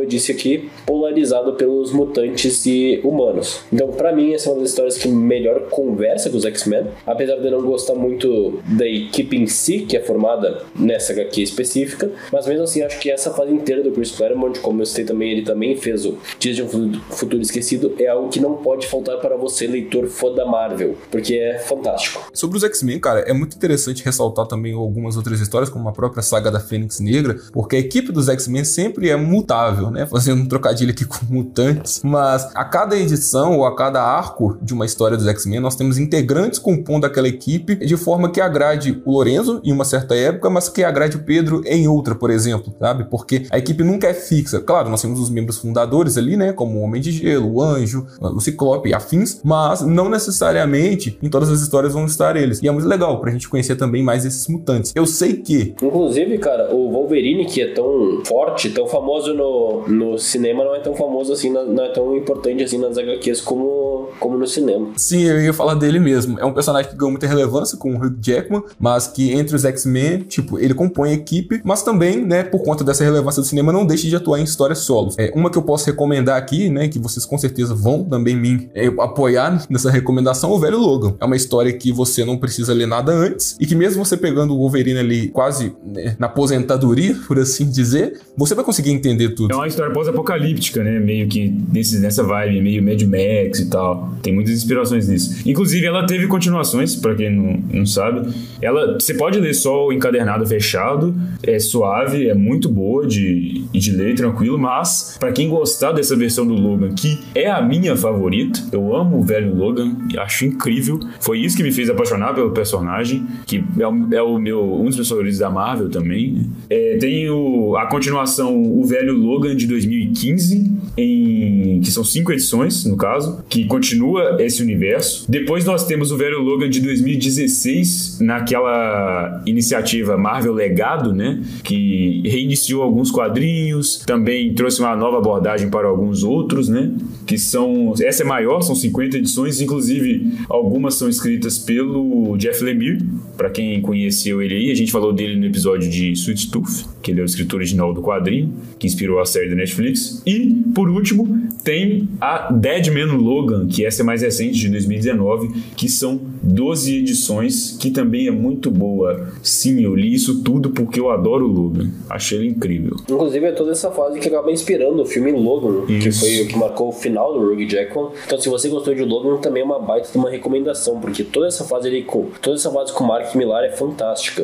como eu disse aqui, polarizado pelos mutantes e humanos. Então, pra mim, essa é uma das histórias que melhor conversa com os X-Men, apesar de eu não gostar muito da equipe em si, que é formada nessa H Q específica, mas mesmo assim, acho que essa fase inteira do Chris Claremont, como eu citei também, ele também fez o Dias de um Futuro Esquecido, é algo que não pode faltar para você, leitor fã da Marvel, porque é fantástico. Sobre os X-Men, cara, é muito interessante ressaltar também algumas outras histórias, como a própria saga da Fênix Negra, porque a equipe dos X-Men sempre é mutável, né? Fazendo um trocadilho aqui com mutantes, mas a cada edição ou a cada arco de uma história dos X-Men, nós temos integrantes compondo aquela equipe de forma que agrade o Lorenzo em uma certa época, mas que agrade o Pedro em outra, por exemplo, sabe? Porque a equipe nunca é fixa. Claro, nós temos os membros fundadores ali, né? Como o Homem de Gelo, o Anjo, o Ciclope e afins, mas não necessariamente em todas as histórias vão estar eles. E é muito legal pra gente conhecer também mais esses mutantes. Eu sei que... Inclusive, cara, o Wolverine, que é tão forte, tão famoso no, no cinema, não é tão famoso assim, não é tão importante assim nas H Qs como, como no cinema. Sim, eu ia falar dele mesmo. É um personagem que ganhou muita relevância com o Hugh Jackman, mas que entre os X-Men, tipo, ele compõe a equipe, mas também, né, por conta dessa relevância do cinema, não deixa de atuar em histórias solos. É, uma que eu posso recomendar aqui, né, que vocês com certeza vão também me é, apoiar nessa recomendação, é o Velho Logan. É uma história que você não precisa ler nada antes, e que mesmo você pegando o Wolverine ali quase, né, na aposentadoria, por assim dizer, você vai conseguir entender tudo. É uma história pós-apocalíptica, né, meio que nesse, nessa vibe, meio Mad Max e tal. Tem muitas inspirações nisso. Inclusive, ela teve continuações, pra quem não, não sabe. Ela, você pode ler só o encadernado fechado, é suave, é muito boa de, de ler, tranquilo, mas pra quem gostar dessa versão do Logan, que é a minha favorita, eu amo o velho Logan, acho incrível. Foi isso que me fez apaixonar pelo personagem, que é o, é o meu, um dos meus favoritos da Marvel também. É, tem o, a continuação, o velho Logan de dois mil e quinze, em, que são cinco edições, no caso, que continua esse universo. Depois nós temos o velho Logan de dois mil e dezesseis, naquela iniciativa Marvel Legado, né, que reiniciou alguns quadrinhos, também trouxe uma nova abordagem para alguns outros, né, que são, essa é maior, são cinquenta edições, inclusive algumas são escritas pelo Jeff Lemire, para quem conheceu ele aí, a gente falou dele no episódio de Sweet Tooth, que ele é o escritor original do quadrinho, que inspirou a série da Netflix. E, por último, tem a Deadman Logan, que essa é mais recente, de dois mil e dezenove, que são doze edições, que também é muito boa. Sim, eu li isso tudo porque eu adoro o Logan. Achei ele incrível. Inclusive, é toda essa fase que acaba inspirando o filme Logan, Isso. que foi o que marcou o final do Hugh Jackman. Então, se você gostou de Logan, também é uma baita de uma recomendação, porque toda essa fase ali com, toda essa fase com o Mark Millar é fantástica.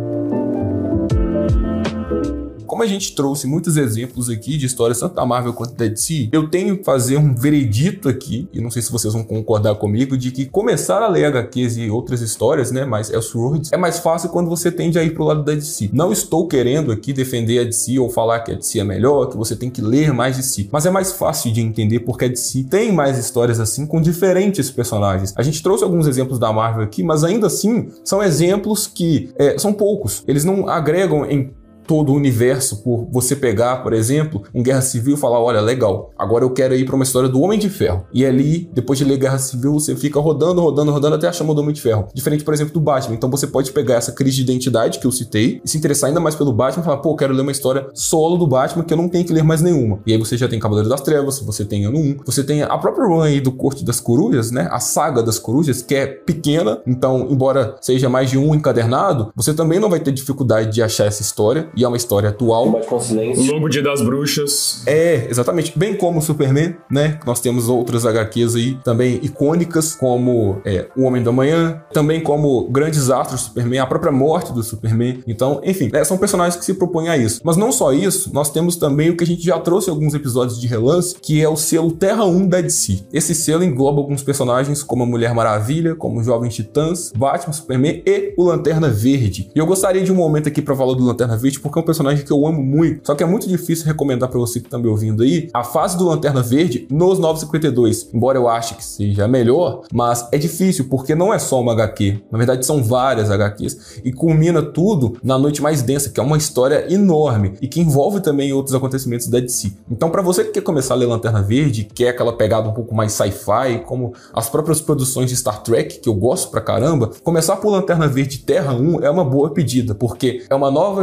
Como a gente trouxe muitos exemplos aqui de histórias tanto da Marvel quanto da D C, eu tenho que fazer um veredito aqui, e não sei se vocês vão concordar comigo, de que começar a ler H Qs e outras histórias, né, mais Elseworlds, é mais fácil quando você tende a ir pro lado da D C. Não estou querendo aqui defender a D C ou falar que a D C é melhor, que você tem que ler mais D C, mas é mais fácil de entender porque a D C tem mais histórias assim com diferentes personagens. A gente trouxe alguns exemplos da Marvel aqui, mas ainda assim são exemplos que é, são poucos. Eles não agregam em todo o universo, por você pegar, por exemplo, um Guerra Civil e falar, olha, legal, agora eu quero ir para uma história do Homem de Ferro. E ali, depois de ler Guerra Civil, você fica rodando, rodando, rodando até achar o Homem de Ferro. Diferente, por exemplo, do Batman. Então você pode pegar essa crise de identidade que eu citei e se interessar ainda mais pelo Batman e falar, pô, quero ler uma história solo do Batman que eu não tenho que ler mais nenhuma. E aí você já tem Cavaleiro das Trevas, você tem Ano um, você tem a própria run aí do Corte das Corujas, né? A saga das Corujas, que é pequena, então, embora seja mais de um encadernado, você também não vai ter dificuldade de achar essa história, e é uma história atual. Mais consciência. O Longo Dia das Bruxas. É, exatamente. Bem como o Superman, né? Nós temos outras H Qs aí também icônicas, como é, O Homem da Manhã, também como grandes astros do Superman, a própria morte do Superman. Então, enfim, né, são personagens que se propõem a isso. Mas não só isso, nós temos também o que a gente já trouxe em alguns episódios de relance, que é o selo Terra um da D C. Esse selo engloba alguns personagens como a Mulher Maravilha, como os Jovens Titãs, Batman, Superman e o Lanterna Verde. E eu gostaria de um momento aqui para falar do Lanterna Verde, porque é um personagem que eu amo muito, só que é muito difícil recomendar pra você que tá me ouvindo aí, a fase do Lanterna Verde nos novos cinquenta e dois, embora eu ache que seja melhor, mas é difícil, porque não é só uma H Q, na verdade são várias H Qs, e culmina tudo na Noite Mais Densa, que é uma história enorme, e que envolve também outros acontecimentos da D C. Então pra você que quer começar a ler Lanterna Verde, quer aquela pegada um pouco mais sci-fi, como as próprias produções de Star Trek, que eu gosto pra caramba, começar por Lanterna Verde Terra um é uma boa pedida, porque é uma nova visão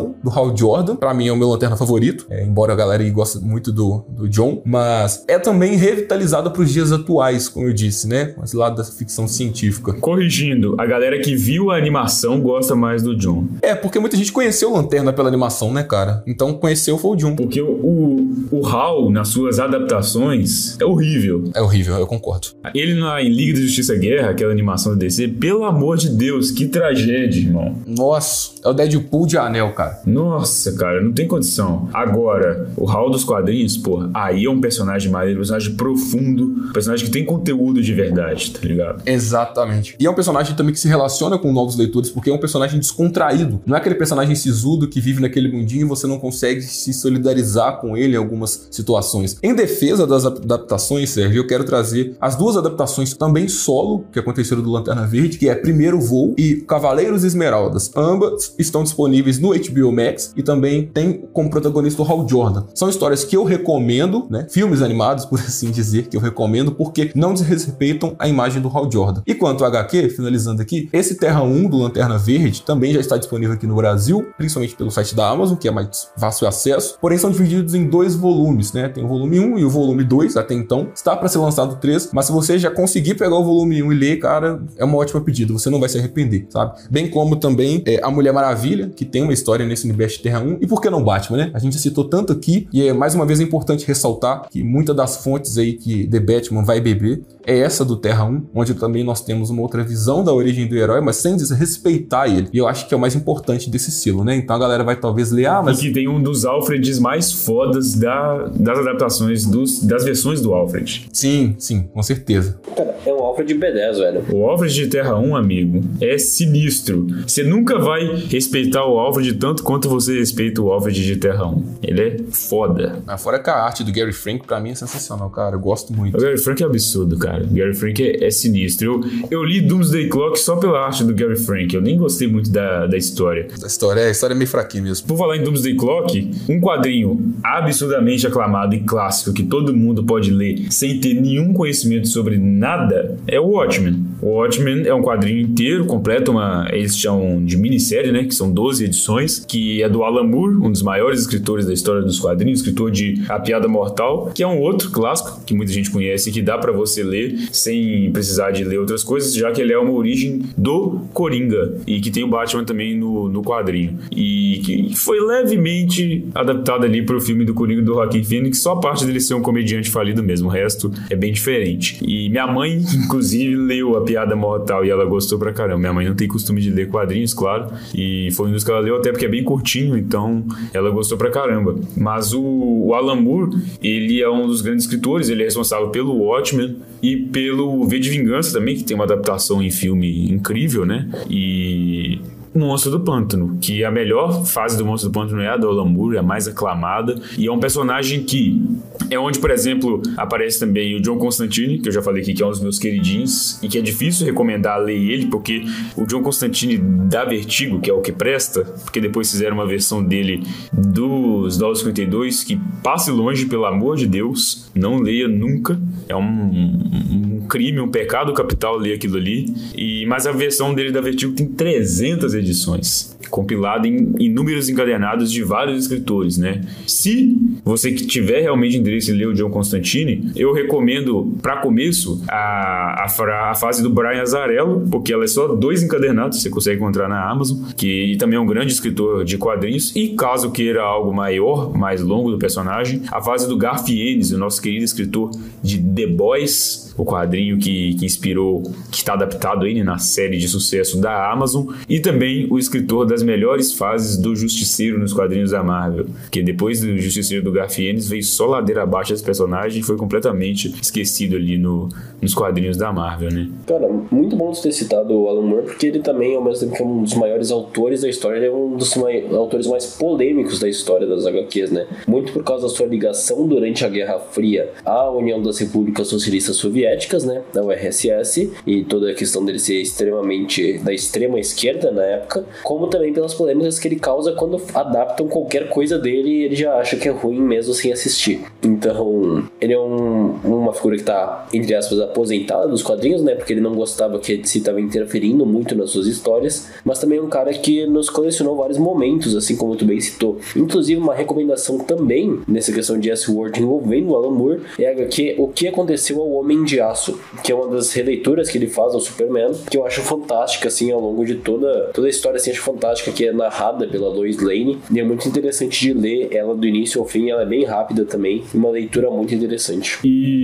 animação do Hal Jordan, pra mim é o meu Lanterna favorito, é, embora a galera aí goste muito do, do John, mas é também revitalizada pros dias atuais, como eu disse, né? Mas lá da ficção científica. Corrigindo, a galera que viu a animação gosta mais do John. É, porque muita gente conheceu o Lanterna pela animação, né, cara? Então conheceu foi o John. Porque o, o, o Hal, nas suas adaptações, é horrível. É horrível, eu concordo. Ele na em Liga da Justiça Guerra, aquela animação da D C, pelo amor de Deus, que tragédia, irmão. Nossa, é o Deadpool de anel, cara. Nossa, cara, não tem condição. Agora, o Hal dos quadrinhos, porra, aí é um personagem maneiro, um personagem profundo, um personagem que tem conteúdo de verdade, tá ligado? Exatamente. E é um personagem também que se relaciona com novos leitores, porque é um personagem descontraído. Não é aquele personagem sisudo que vive naquele mundinho e você não consegue se solidarizar com ele em algumas situações. Em defesa das adaptações, Sérgio, eu quero trazer as duas adaptações também solo que aconteceram do Lanterna Verde, que é Primeiro Voo e Cavaleiros Esmeraldas. Ambas estão disponíveis no H B O Max e também tem como protagonista o Hal Jordan. São histórias que eu recomendo, né? Filmes animados, por assim dizer, que eu recomendo, porque não desrespeitam a imagem do Hal Jordan. E quanto ao H Q, finalizando aqui, esse Terra um do Lanterna Verde também já está disponível aqui no Brasil, principalmente pelo site da Amazon, que é mais fácil acesso, porém são divididos em dois volumes, né? Tem o volume um e o volume dois, até então. Está para ser lançado o três, mas se você já conseguir pegar o volume um e ler, cara, é uma ótima pedida, você não vai se arrepender, sabe? Bem como também é, a Mulher Maravilha, que tem uma história nesse universo de Terra um, e por que não Batman, né? A gente já citou tanto aqui, e é, mais uma vez é importante ressaltar que muitas das fontes aí que The Batman vai beber é essa do Terra um, onde também nós temos uma outra visão da origem do herói, mas sem desrespeitar ele. E eu acho que é o mais importante desse selo, né? Então a galera vai talvez ler, ah, mas... E que tem um dos Alfreds mais fodas da, das adaptações, dos, das versões do Alfred. Sim, sim, com certeza. Cara, é um Alfred B dez, velho. O Alfred de Terra um, amigo, é sinistro. Você nunca vai respeitar o Alfred tanto quanto você respeita o Alfred de Terra um. Ele é foda. Ah, fora que a arte do Gary Frank, pra mim, é sensacional, cara. Eu gosto muito. O Gary Frank é absurdo, cara. O Gary Frank é, é sinistro. Eu, eu li Doomsday Clock só pela arte do Gary Frank. Eu nem gostei muito da, da história. Da história, é, a história é meio fraquinha mesmo. Por falar em Doomsday Clock, um quadrinho absurdamente aclamado e clássico que todo mundo pode ler sem ter nenhum conhecimento sobre nada é o Watchmen. O Watchmen é um quadrinho inteiro, completo, uma, eles chamam de minissérie, né? Que são doze edições, que é do Alan Moore, um dos maiores escritores da história dos quadrinhos, escritor de A Piada Mortal, que é um outro clássico que muita gente conhece e que dá pra você ler sem precisar de ler outras coisas, já que ele é uma origem do Coringa e que tem o Batman também no, no quadrinho. E que foi levemente adaptado ali pro filme do Coringa do Joaquin Phoenix, só a parte dele ser um comediante falido mesmo, o resto é bem diferente. E minha mãe, inclusive, leu A Piada Mortal e ela gostou pra caramba. Minha mãe não tem costume de ler quadrinhos, claro, e foi um dos que ela leu, até porque é bem curtinho, então ela gostou pra caramba. Mas o, o Alan Moore, ele é um dos grandes escritores, ele é responsável pelo Watchmen e pelo V de Vingança também, que tem uma adaptação em filme incrível, né? E... Monstro do Pântano, que a melhor fase do Monstro do Pântano é a do Alan Moore, é a mais aclamada, e é um personagem que é onde, por exemplo, aparece também o John Constantine, que eu já falei aqui, que é um dos meus queridinhos, e que é difícil recomendar ler ele, porque o John Constantine dá vertigo, que é o que presta, porque depois fizeram uma versão dele dos Novos cinquenta e dois, que passe longe, pelo amor de Deus, não leia nunca, é um, um crime, um pecado capital ler aquilo ali, e, mas a versão dele da vertigo tem trezentas edições, compilada em inúmeros encadernados de vários escritores, né? Se você que tiver realmente interesse em ler o John Constantine, eu recomendo, para começo, a, a, a fase do Brian Azzarello, porque ela é só dois encadernados, você consegue encontrar na Amazon, que também é um grande escritor de quadrinhos, e caso queira algo maior, mais longo do personagem, a fase do Garth Ennis, o nosso querido escritor de The Boys, o quadrinho que, que inspirou, que está adaptado aí na série de sucesso da Amazon, e também o escritor das melhores fases do Justiceiro nos quadrinhos da Marvel, que depois do Justiceiro do Garth Ennis veio só ladeira abaixo desse personagem e foi completamente esquecido ali no, nos quadrinhos da Marvel, né? Cara, muito bom você ter citado o Alan Moore, porque ele também, ao mesmo tempo que é um dos maiores autores da história, ele é um dos mai- autores mais polêmicos da história das agá quês, né? Muito por causa da sua ligação durante a Guerra Fria à União das Repúblicas Socialistas Soviéticas, né? Da U R S S, e toda a questão dele ser extremamente da extrema esquerda na época, como também pelas polêmicas que ele causa quando adaptam qualquer coisa dele e ele já acha que é ruim mesmo sem assistir. Então, ele é um, uma figura que tá, entre aspas, aposentada dos quadrinhos, né? Porque ele não gostava que a D C estava interferindo muito nas suas histórias, mas também é um cara que nos colecionou vários momentos, assim como tu bem citou. Inclusive, uma recomendação também, nessa questão de Elseworld envolvendo o Alan Moore, é a H Q O Que Aconteceu ao Homem de Aço, que é uma das releituras que ele faz ao Superman, que eu acho fantástica, assim, ao longo de toda, toda a história, assim, acho fantástica, que é narrada pela Lois Lane, e é muito interessante de ler ela do início ao fim, ela é bem rápida também, uma leitura muito interessante.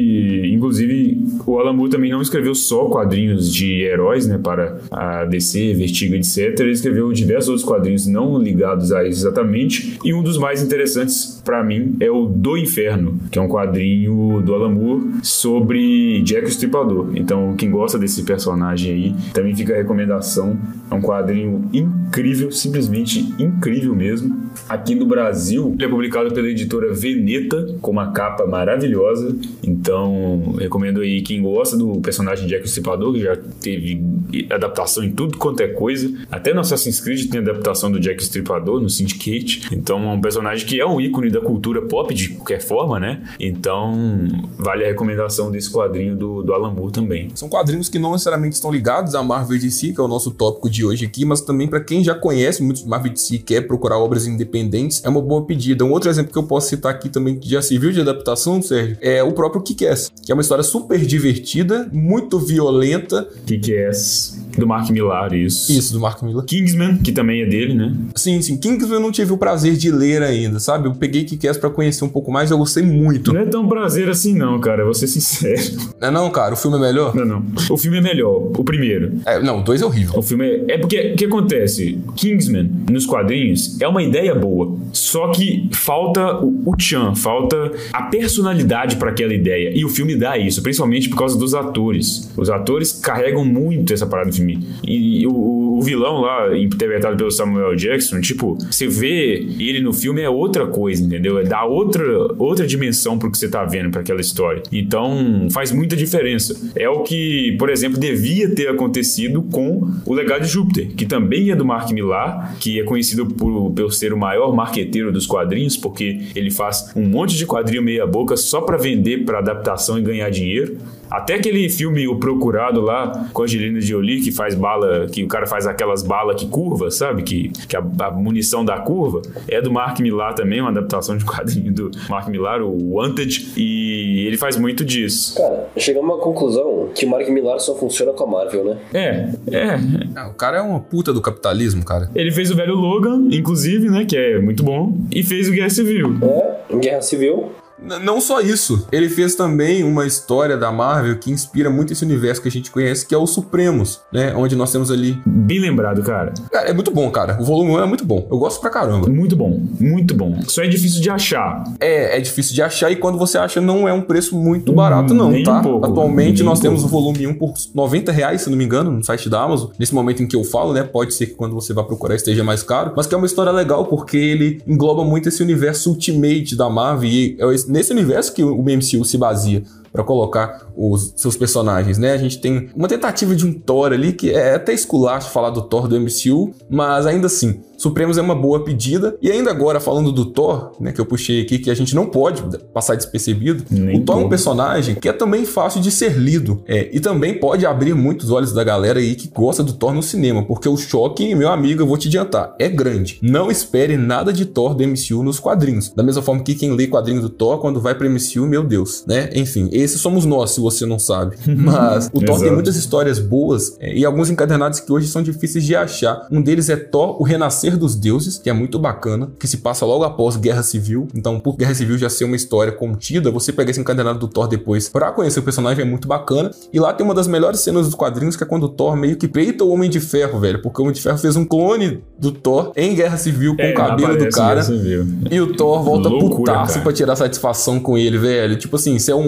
E, inclusive, o Alan Moore também não escreveu só quadrinhos de heróis, né, para a D C, Vertigo, etcétera. Ele escreveu diversos outros quadrinhos não ligados a isso exatamente, e um dos mais interessantes para mim é o Do Inferno, que é um quadrinho do Alan Moore sobre Jack o Estripador. Então, quem gosta desse personagem aí, também fica a recomendação. É um quadrinho incrível, simplesmente incrível mesmo. Aqui no Brasil, ele é publicado pela editora Veneta, com uma capa maravilhosa. Então, recomendo aí quem gosta do personagem Jack o Estripador, que já teve adaptação em tudo quanto é coisa. Até no Assassin's Creed tem adaptação do Jack o Estripador, no Syndicate. Então, é um personagem que é um ícone da cultura pop, de qualquer forma, né? Então, vale a recomendação desse quadrinho do, do Alan Moore também. São quadrinhos que não necessariamente estão ligados a Marvel e D C, que é o nosso tópico de hoje aqui, mas também para quem já conhece muito de Marvel e D C e quer procurar obras independentes, é uma boa pedida. Um outro exemplo que eu posso citar aqui também, que já serviu de adaptação, Sérgio, é o próprio Kick-Ass, que é uma história super divertida, muito violenta. Kick-Ass, do Mark Millar, isso. Isso, do Mark Millar. Kingsman, que também é dele, né? Sim, sim. Kingsman eu não tive o prazer de ler ainda, sabe? Eu peguei Kick-Ass pra conhecer um pouco mais e eu gostei muito. Não é tão prazer assim não, cara, vou ser sincero. Não é não, cara? O filme é melhor? Não, não. O filme é melhor, o primeiro. É, não, o dois é horrível. O filme é... É porque, o que acontece? Kingsman, nos quadrinhos, é uma ideia boa, só que falta o, o tchan, falta a personalidade pra aquela ideia. E o filme dá isso, principalmente por causa dos atores. Os atores carregam muito essa parada do filme. E, e o, o vilão lá, interpretado pelo Samuel Jackson, tipo, você vê ele no filme é outra coisa, entendeu? É dar outra, outra dimensão pro que você tá vendo pra aquela história. Então, faz muita diferença. É o que, por exemplo, devia ter acontecido com O Legado de Júpiter, que também é do Mark Millar, que é conhecido por, por ser o maior marqueteiro dos quadrinhos, porque ele faz um monte de quadrinho meia boca só pra vender pra adaptação e ganhar dinheiro. Até aquele filme O Procurado lá, com a Angelina Jolie, que faz bala, que o cara faz aquelas balas que curva, sabe? Que, que a, a munição da curva, é do Mark Millar também, uma adaptação de quadrinho do Mark Millar, o Wanted, e ele faz muito disso. Cara, chegamos a uma conclusão que o Mark Millar só funciona com a Marvel, né? É, é. Ah, o cara é uma puta do capitalismo, cara. Ele fez o velho Logan, inclusive, né? Que é muito bom, e fez o Guerra Civil. É, Guerra Civil. Não só isso, ele fez também uma história da Marvel que inspira muito esse universo que a gente conhece, que é os Supremos, né? Onde nós temos ali... Bem lembrado, cara. Cara, é muito bom, cara. O volume um é muito bom. Eu gosto pra caramba. Muito bom, muito bom. Só é difícil de achar. É, é difícil de achar e quando você acha não é um preço muito barato, não, Nem tá? um pouco. Atualmente Nem nós um temos pouco. o volume um por noventa reais, se não me engano, no site da Amazon. Nesse momento em que eu falo, né? Pode ser que quando você vá procurar esteja mais caro, mas que é uma história legal porque ele engloba muito esse universo Ultimate da Marvel e é nesse universo que o M C U se baseia para colocar os seus personagens, né? A gente tem uma tentativa de um Thor ali, que é até esculacho falar do Thor do M C U, mas ainda assim, Supremos é uma boa pedida. E ainda agora, falando do Thor, né, que eu puxei aqui, que a gente não pode passar despercebido, Nem o Thor como. é um personagem que é também fácil de ser lido, é, e também pode abrir muitos olhos da galera aí que gosta do Thor no cinema, porque o choque, meu amigo, eu vou te adiantar, é grande. Não espere nada de Thor do M C U nos quadrinhos. Da mesma forma que quem lê quadrinhos do Thor, quando vai para M C U, meu Deus, né? Enfim, esses somos nós, se você não sabe. Mas o Thor tem Exato. muitas histórias boas é, e alguns encadernados que hoje são difíceis de achar. Um deles é Thor, o Renascer dos Deuses, que é muito bacana, que se passa logo após Guerra Civil. Então, por Guerra Civil já ser uma história contida, você pegar esse encadernado do Thor depois pra conhecer o personagem é muito bacana. E lá tem uma das melhores cenas dos quadrinhos, que é quando o Thor meio que peita o Homem de Ferro, velho, porque o Homem de Ferro fez um clone do Thor em Guerra Civil com É, o cabelo do aparece cara. Guerra Civil. E o Thor volta Loucura, putaço cara. pra tirar satisfação com ele, velho. Tipo assim, você é um homem querendo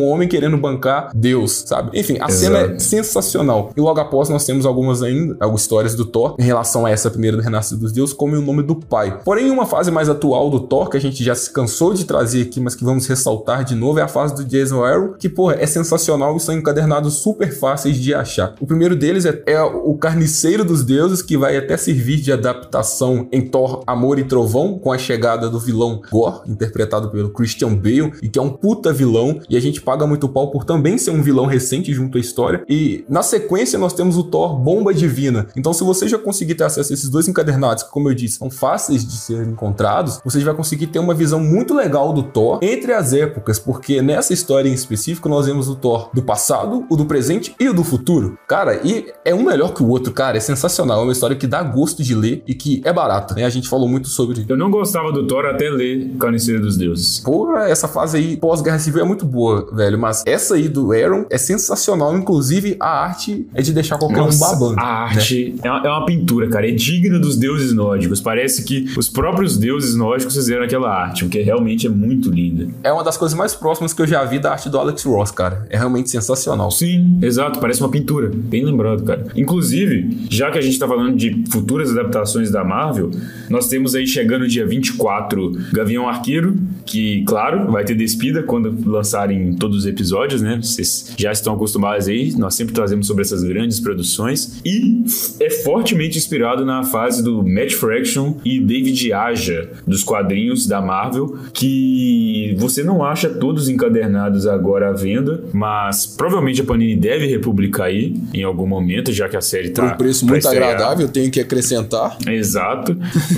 querendo bancar Deus, sabe? Enfim, a Exato. cena é sensacional. E logo após nós temos algumas ainda, algumas histórias do Thor em relação a essa primeira do Renascido dos Deuses, como o nome do pai. Porém, uma fase mais atual do Thor, que a gente já se cansou de trazer aqui, mas que vamos ressaltar de novo, é a fase do Jason Aaron, que, porra, é sensacional e são encadernados super fáceis de achar. O primeiro deles é, é o Carniceiro dos Deuses, que vai até servir de adaptação em Thor, Amor e Trovão, com a chegada do vilão Gorr, interpretado pelo Christian Bale, e que é um puta vilão, e a gente paga muito pau por também ser um vilão recente junto à história. E na sequência nós temos o Thor Bomba Divina. Então, se você já conseguir ter acesso a esses dois encadernados, que, como eu disse, são fáceis de serem encontrados, você vai conseguir ter uma visão muito legal do Thor entre as épocas, porque nessa história em específico nós vemos o Thor do passado, o do presente e o do futuro. Cara, e é um melhor que o outro, cara, é sensacional, é uma história que dá gosto de ler e que é barata, né? A gente falou muito sobre... Eu não gostava do Thor até ler Carniceiro dos Deuses. Porra, essa fase aí pós-Guerra Civil é muito boa, velho, mas essa aí do Aaron é sensacional, inclusive a arte é de deixar qualquer Nossa, um babando. A arte, né? é, uma, é uma pintura, cara, é digna dos deuses nórdicos. Parece que os próprios deuses nórdicos fizeram aquela arte, porque realmente é muito linda. É uma das coisas mais próximas que eu já vi da arte do Alex Ross, cara. É realmente sensacional. Sim, exato, parece uma pintura. Bem lembrado, cara. Inclusive, já que a gente tá falando de futuras adaptações da Marvel, nós temos aí chegando dia vinte e quatro Gavião Arqueiro, que, claro, vai ter despida quando lançarem todos os episódios, né? Vocês já estão acostumados aí, nós sempre trazemos sobre essas grandes produções. E é fortemente inspirado na fase do Matt Fraction e David Aja, dos quadrinhos da Marvel, que você não acha todos encadernados agora à venda, mas provavelmente a Panini deve republicar aí em algum momento, já que a série tá... Por um preço muito agradável, eu tenho que acrescentar. Exato,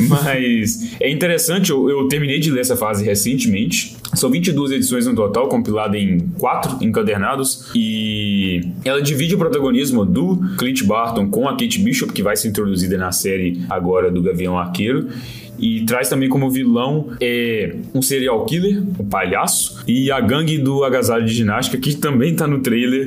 mas é interessante, eu, eu terminei de ler essa fase recentemente, são vinte e duas edições no total, compilada em quatro encadernados, e ela divide o protagonismo do Clint Barton com a Kate Bishop, que vai ser introduzida na série agora do Gavião Arqueiro, e traz também como vilão é, um serial killer, o palhaço, e a gangue do agasalho de ginástica, que também tá no trailer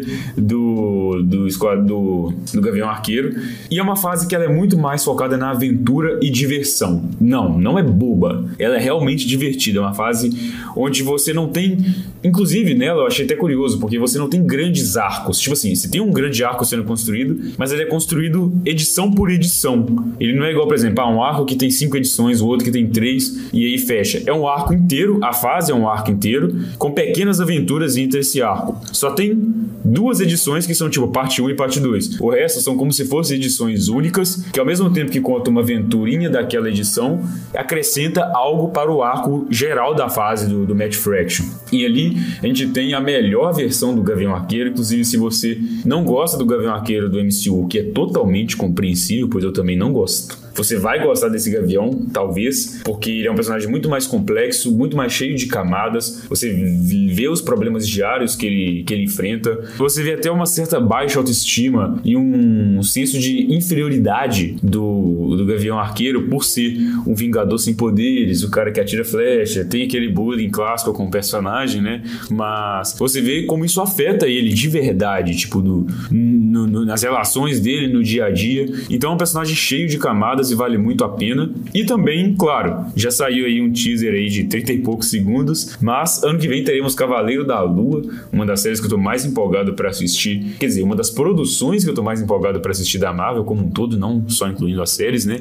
do, do, do, do Gavião Arqueiro. E é uma fase que ela é muito mais focada na aventura e diversão. Não, não é boba. Ela é realmente divertida. É uma fase onde você não tem... Inclusive, nela, eu achei até curioso, porque você não tem grandes arcos. Tipo assim, você tem um grande arco sendo construído, mas ele é construído edição por edição. Ele não é igual, por exemplo, ah, um arco que tem cinco edições, o outro que tem três, e aí fecha. É um arco inteiro, a fase é um arco inteiro, com pequenas aventuras entre esse arco. Só tem duas edições que são tipo parte um e parte dois. O resto são como se fossem edições únicas, que ao mesmo tempo que conta uma aventurinha daquela edição, acrescenta algo para o arco geral da fase do, do Matt Fraction. E ali a gente tem a melhor versão do Gavião Arqueiro. Inclusive, se você não gosta do Gavião Arqueiro do M C U, que é totalmente compreensível, pois eu também não gosto, você vai gostar desse Gavião, talvez, porque ele é um personagem muito mais complexo, muito mais cheio de camadas. Você vê os problemas diários que ele, que ele enfrenta. Você vê até uma certa baixa autoestima e um senso de inferioridade do, do Gavião Arqueiro por ser um vingador sem poderes, o cara que atira flecha, tem aquele bullying clássico com o personagem, né? Mas você vê como isso afeta ele de verdade, tipo, no, no, no, nas relações dele, no dia a dia. Então é um personagem cheio de camadas e vale muito a pena. E também, claro, já saiu aí um teaser aí de trinta e poucos segundos, mas ano que vem teremos Cavaleiro da Lua, uma das séries que eu tô mais empolgado pra assistir, quer dizer, uma das produções que eu tô mais empolgado pra assistir da Marvel como um todo, não só incluindo as séries, né?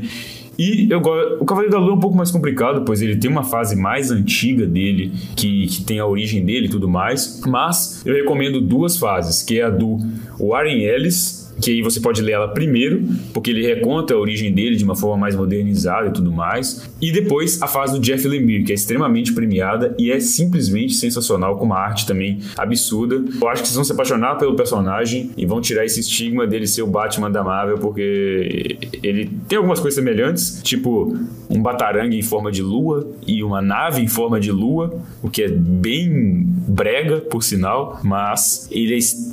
E eu gosto. O Cavaleiro da Lua é um pouco mais complicado, pois ele tem uma fase mais antiga dele, que, que tem a origem dele e tudo mais. Mas eu recomendo duas fases, que é a do Warren Ellis, que aí você pode ler ela primeiro, porque ele reconta a origem dele de uma forma mais modernizada e tudo mais. E depois a fase do Jeff Lemire, que é extremamente premiada e é simplesmente sensacional, com uma arte também absurda. Eu acho que vocês vão se apaixonar pelo personagem e vão tirar esse estigma dele ser o Batman da Marvel, porque ele tem algumas coisas semelhantes, tipo um batarangue em forma de lua e uma nave em forma de lua, o que é bem brega, por sinal, mas ele é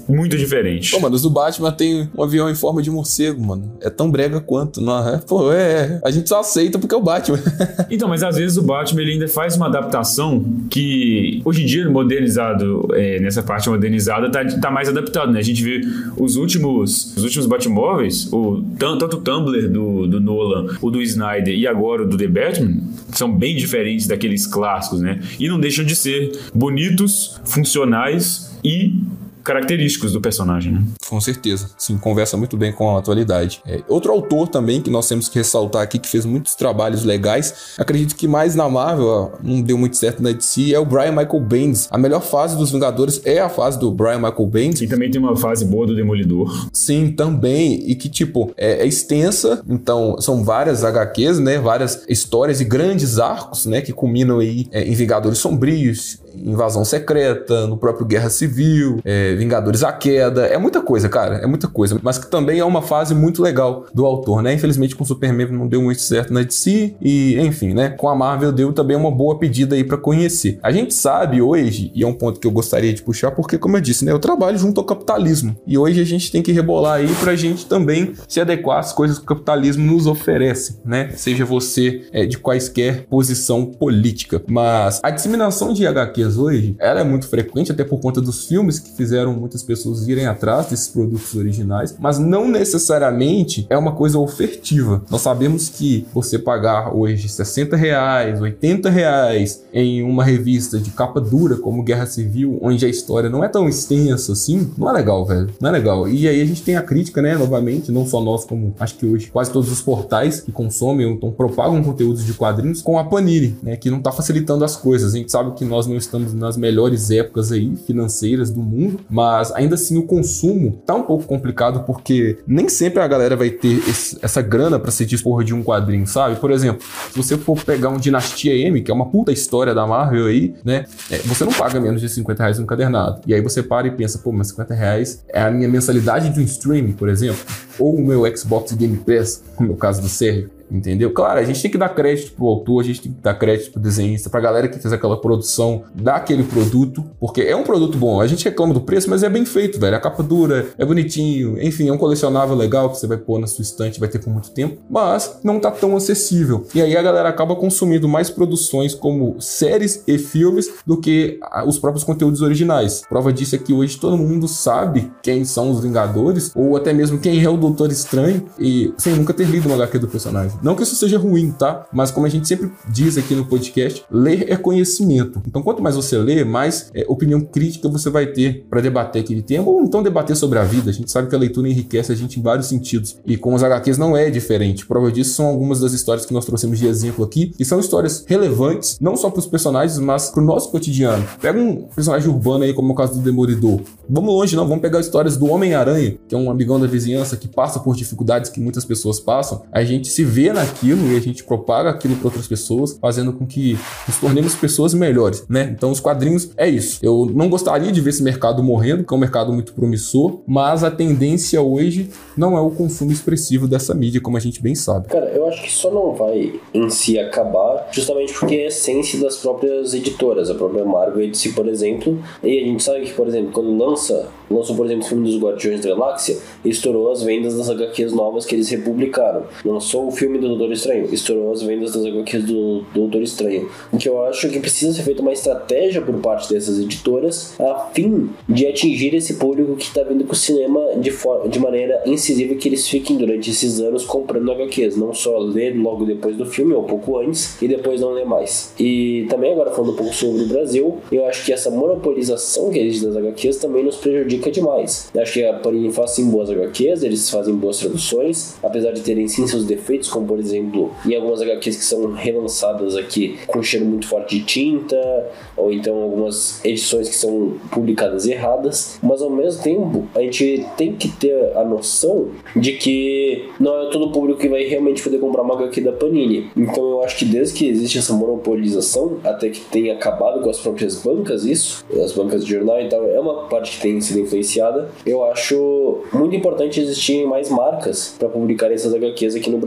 muito diferente. Pô, mano, os do Batman tem um avião em forma de morcego, mano. É tão brega quanto, não é? Pô, é... A gente só aceita porque é o Batman. Então, mas às vezes o Batman ele ainda faz uma adaptação que hoje em dia modernizado, é, nessa parte modernizada, tá, tá mais adaptado, né? A gente vê os últimos, os últimos Batmóveis, o, tanto o Tumblr do, do Nolan, o do Snyder e agora o do The Batman, são bem diferentes daqueles clássicos, né? E não deixam de ser bonitos, funcionais e característicos do personagem, né? Com certeza, sim, conversa muito bem com a atualidade. É, outro autor também que nós temos que ressaltar aqui, que fez muitos trabalhos legais, acredito que mais na Marvel, ó, não deu muito certo na D C, é o Brian Michael Bendis. A melhor fase dos Vingadores é a fase do Brian Michael Bendis. E também tem uma fase boa do Demolidor. Sim, também, e que tipo, é, é extensa, então são várias H Qs, né, várias histórias e grandes arcos, né, que culminam aí é, em Vingadores Sombrios, Invasão Secreta, no próprio Guerra Civil, é, Vingadores à Queda, é muita coisa, cara, é muita coisa, mas que também é uma fase muito legal do autor, né? Infelizmente com o Superman não deu muito certo na D C e, enfim, né? Com a Marvel deu também uma boa pedida aí pra conhecer. A gente sabe hoje, e é um ponto que eu gostaria de puxar, porque, como eu disse, né? Eu trabalho junto ao capitalismo e hoje a gente tem que rebolar aí pra gente também se adequar às coisas que o capitalismo nos oferece, né? Seja você é, de quaisquer posição política. Mas a disseminação de H Q hoje, ela é muito frequente, até por conta dos filmes que fizeram muitas pessoas irem atrás desses produtos originais, mas não necessariamente é uma coisa ofertiva. Nós sabemos que você pagar hoje sessenta reais, oitenta reais em uma revista de capa dura como Guerra Civil, onde a história não é tão extensa assim, não é legal, velho. Não é legal. E aí a gente tem a crítica, né, novamente, não só nós, como acho que hoje quase todos os portais que consomem ou então propagam conteúdos de quadrinhos com a Panini, né, que não tá facilitando as coisas. A gente sabe que nós não estamos nas melhores épocas aí financeiras do mundo, mas ainda assim o consumo tá um pouco complicado porque nem sempre a galera vai ter esse, essa grana pra se dispor de um quadrinho, sabe? Por exemplo, se você for pegar um Dinastia M, que é uma puta história da Marvel aí, né? É, você não paga menos de cinquenta reais no encadernado. E aí você para e pensa, pô, mas cinquenta reais é a minha mensalidade de um streaming, por exemplo, ou o meu Xbox Game Pass, como é o caso do Sérgio. Entendeu? Claro, a gente tem que dar crédito pro autor, a gente tem que dar crédito pro desenhista, pra galera que fez aquela produção daquele produto, porque é um produto bom. A gente reclama do preço, mas é bem feito, velho. A capa dura, é bonitinho, enfim, é um colecionável legal que você vai pôr na sua estante, vai ter por muito tempo, mas não tá tão acessível. E aí a galera acaba consumindo mais produções como séries e filmes do que os próprios conteúdos originais. Prova disso é que hoje todo mundo sabe quem são os Vingadores, ou até mesmo quem é o Doutor Estranho, e sem nunca ter lido uma H Q do personagem. Não que isso seja ruim, tá? Mas como a gente sempre diz aqui no podcast, ler é conhecimento. Então, quanto mais você lê, mais é, opinião crítica você vai ter para debater aquele tema, ou então debater sobre a vida. A gente sabe que a leitura enriquece a gente em vários sentidos. E com os H Qs não é diferente. Prova disso são algumas das histórias que nós trouxemos de exemplo aqui, e são histórias relevantes, não só para os personagens, mas para o nosso cotidiano. Pega um personagem urbano aí, como é o caso do Demolidor. Vamos longe, não. Vamos pegar histórias do Homem-Aranha, que é um amigão da vizinhança que passa por dificuldades que muitas pessoas passam. A gente se vê naquilo e a gente propaga aquilo para outras pessoas, fazendo com que nos tornemos pessoas melhores, né? Então os quadrinhos é isso. Eu não gostaria de ver esse mercado morrendo, que é um mercado muito promissor, mas a tendência hoje não é o consumo expressivo dessa mídia, como a gente bem sabe. Cara, eu acho que só não vai em si acabar justamente porque é a essência das próprias editoras, a própria Marvel e D C, por exemplo, e a gente sabe que, por exemplo, quando lança, lançou, por exemplo, o filme dos Guardiões da Galáxia, estourou as vendas das H Qs novas que eles republicaram. Lançou o filme do Doutor Estranho, estourou as vendas das H Qs do, do Doutor Estranho. O que eu acho que precisa ser feita uma estratégia por parte dessas editoras a fim de atingir esse público que está vindo com o cinema de, for- de maneira incisiva, que eles fiquem durante esses anos comprando H Qs, não só ler logo depois do filme ou pouco antes e depois não ler mais. E também agora falando um pouco sobre o Brasil, eu acho que essa monopolização que existe das H Qs também nos prejudica demais. Eu acho que a Panini faz sim boas H Qs, eles fazem boas traduções, apesar de terem sim seus defeitos, como por exemplo em algumas H Qs que são relançadas aqui com um cheiro muito forte de tinta, ou então algumas edições que são publicadas erradas, mas ao mesmo tempo a gente tem que ter a noção de que não é todo público que vai realmente poder comprar uma H Q da Panini. Então eu acho que desde que existe essa monopolização, até que tenha acabado com as próprias bancas, isso, as bancas de jornal e tal, é uma parte que tem sido influenciada. Eu acho muito importante existirem mais marcas para publicar essas H Qs aqui no Brasil.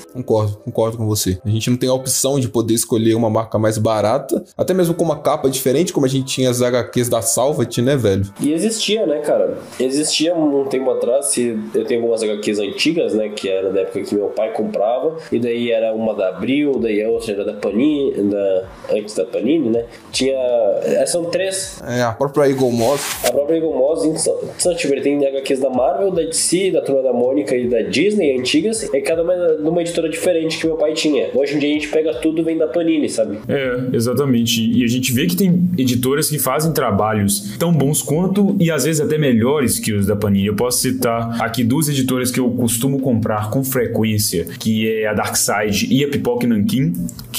Concordo, concordo com você. A gente não tem a opção de poder escolher uma marca mais barata, até mesmo com uma capa diferente, como a gente tinha as H Qs da Salvat, né, velho? E existia, né, cara? Existia um tempo atrás, eu tenho algumas H Qs antigas, né, que era da época que meu pai comprava, e daí era uma da Abril, daí a outra era da Panini, da, antes da Panini, né? Tinha... São três. É, a própria Eagle Moss. A própria Eagle Moss, então, tipo, ele tem H Qs da Marvel, da D C, da Turma da Mônica e da Disney, antigas, e cada uma numa editora diferente que meu pai tinha. Hoje em dia a gente pega tudo e vem da Panini, sabe? É, exatamente. E a gente vê que tem editoras que fazem trabalhos tão bons quanto e às vezes até melhores que os da Panini. Eu posso citar aqui duas editoras que eu costumo comprar com frequência, que é a Darkside e a Pipoca Nankin,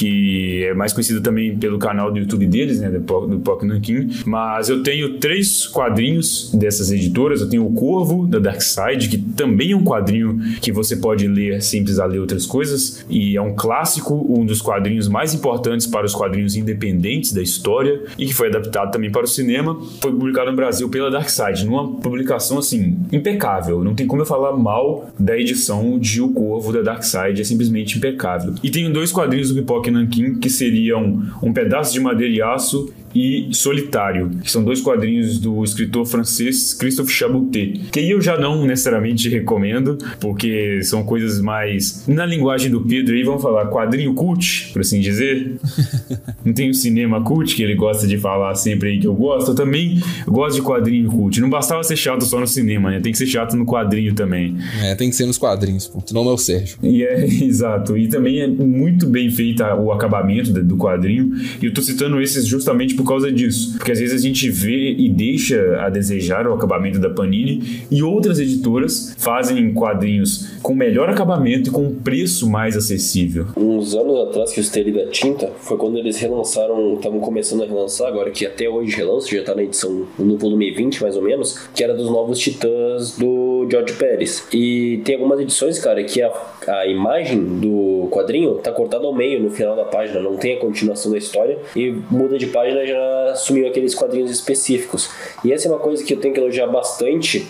que é mais conhecida também pelo canal do YouTube deles, né, do Pipoca Nankin. Mas eu tenho três quadrinhos dessas editoras. Eu tenho o Corvo, da Darkside, que também é um quadrinho que você pode ler sem precisar ler outras coisas, e é um clássico, um dos quadrinhos mais importantes para os quadrinhos independentes da história, e que foi adaptado também para o cinema. Foi publicado no Brasil pela Darkside, numa publicação assim, impecável. Não tem como eu falar mal da edição de O Corvo da Darkside, é simplesmente impecável. E tenho dois quadrinhos do Pipoca Nankin, que seriam Um Pedaço de Madeira e Aço e Solitário, que são dois quadrinhos do escritor francês Christophe Chaboté, que aí eu já não necessariamente recomendo, porque são coisas mais na linguagem do Pedro aí, vamos falar quadrinho cult, por assim dizer. Não tem o cinema cult, que ele gosta de falar sempre aí que eu gosto. Eu também gosto de quadrinho cult. Não bastava ser chato só no cinema, né? Tem que ser chato no quadrinho também. É, tem que ser nos quadrinhos, pô. Senão não é o Sérgio. E é, exato. E também é muito bem feito o acabamento do quadrinho. E eu tô citando esses justamente por causa disso, porque às vezes a gente vê e deixa a desejar o acabamento da Panini, e outras editoras fazem quadrinhos com melhor acabamento e com um preço mais acessível. Uns anos atrás que eu citei da tinta, foi quando eles relançaram, estavam começando a relançar, agora que até hoje relança, já tá na edição, no volume vinte mais ou menos, que era dos Novos Titãs do George Pérez. E tem algumas edições, cara, que a, a imagem do quadrinho tá cortada ao meio no final da página, não tem a continuação da história, e muda de página, já sumiu aqueles quadrinhos específicos. E essa é uma coisa que eu tenho que elogiar bastante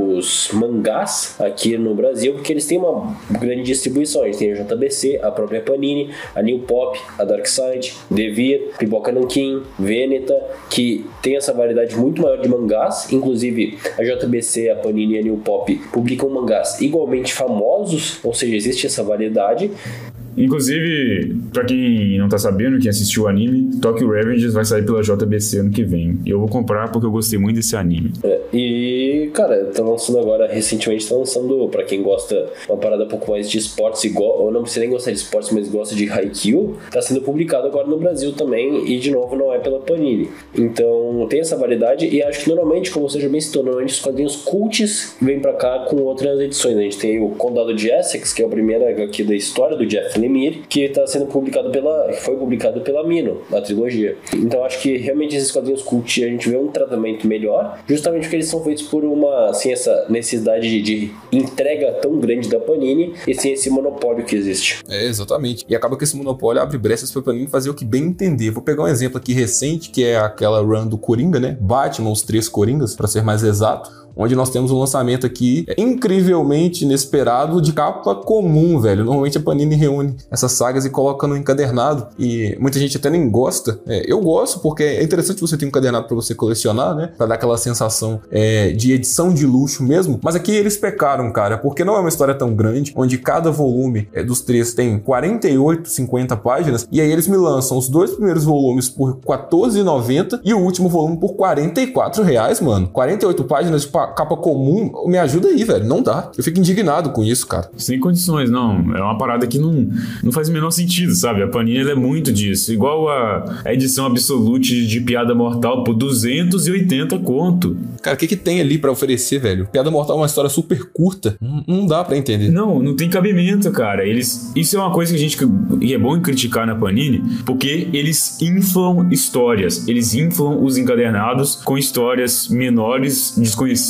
os mangás aqui no Brasil, porque eles têm uma grande distribuição. A gente tem a J B C, a própria Panini, a New Pop, a Darkside, Devir, Pipoca Nankin, Veneta, que tem essa variedade muito maior de mangás. Inclusive a J B C, a Panini e a New Pop publicam mangás igualmente famosos, ou seja, existe essa variedade. Inclusive, pra quem não tá sabendo, quem assistiu o anime, Tokyo Revengers vai sair pela J B C ano que vem. Eu vou comprar porque eu gostei muito desse anime. É, e, cara, tá lançando agora, recentemente tá lançando, pra quem gosta, uma parada um pouco mais de esportes, igual, ou não precisa nem gostar de esportes, mas gosta de Haikyuu, tá sendo publicado agora no Brasil também, e de novo não é pela Panini. Então tem essa variedade, e acho que normalmente, como você já bem citou, normalmente os quadrinhos cults vêm pra cá com outras edições. A gente tem o Condado de Essex, que é a primeira aqui da história do Jeff Lemire, que está sendo publicado pela, que foi publicado pela Mino, a trilogia. Então acho que realmente esses quadrinhos cult a gente vê um tratamento melhor, justamente porque eles são feitos por uma, assim, essa necessidade de, de entrega tão grande da Panini e sem esse monopólio que existe. É, exatamente. E acaba que esse monopólio abre brechas para a Panini fazer o que bem entender. Vou pegar um exemplo aqui recente, que é aquela run do Coringa, né? Batman, os três Coringas, para ser mais exato, onde nós temos um lançamento aqui incrivelmente inesperado de capa comum, velho. Normalmente a Panini reúne essas sagas e coloca no encadernado, e muita gente até nem gosta. É, eu gosto porque é interessante você ter um encadernado para você colecionar, né? Pra dar aquela sensação é, de edição de luxo mesmo. Mas aqui eles pecaram, cara, porque não é uma história tão grande, onde cada volume é, dos três tem quarenta e oito, cinquenta páginas, e aí eles me lançam os dois primeiros volumes por quatorze reais e noventa centavos e o último volume por quarenta e quatro reais, mano. quarenta e oito páginas de capa comum, me ajuda aí, velho. Não dá. Eu fico indignado com isso, cara. Sem condições, não. É uma parada que não, não faz o menor sentido, sabe? A Panini, ela é muito disso. Igual a, a edição Absolute de Piada Mortal por duzentos e oitenta conto. Cara, o que que tem ali pra oferecer, velho? Piada Mortal é uma história super curta. Não, não dá pra entender. Não, não tem cabimento, cara. Eles, isso é uma coisa que a gente... E é bom criticar na Panini, porque eles inflam histórias. Eles inflam os encadernados com histórias menores, desconhecidas,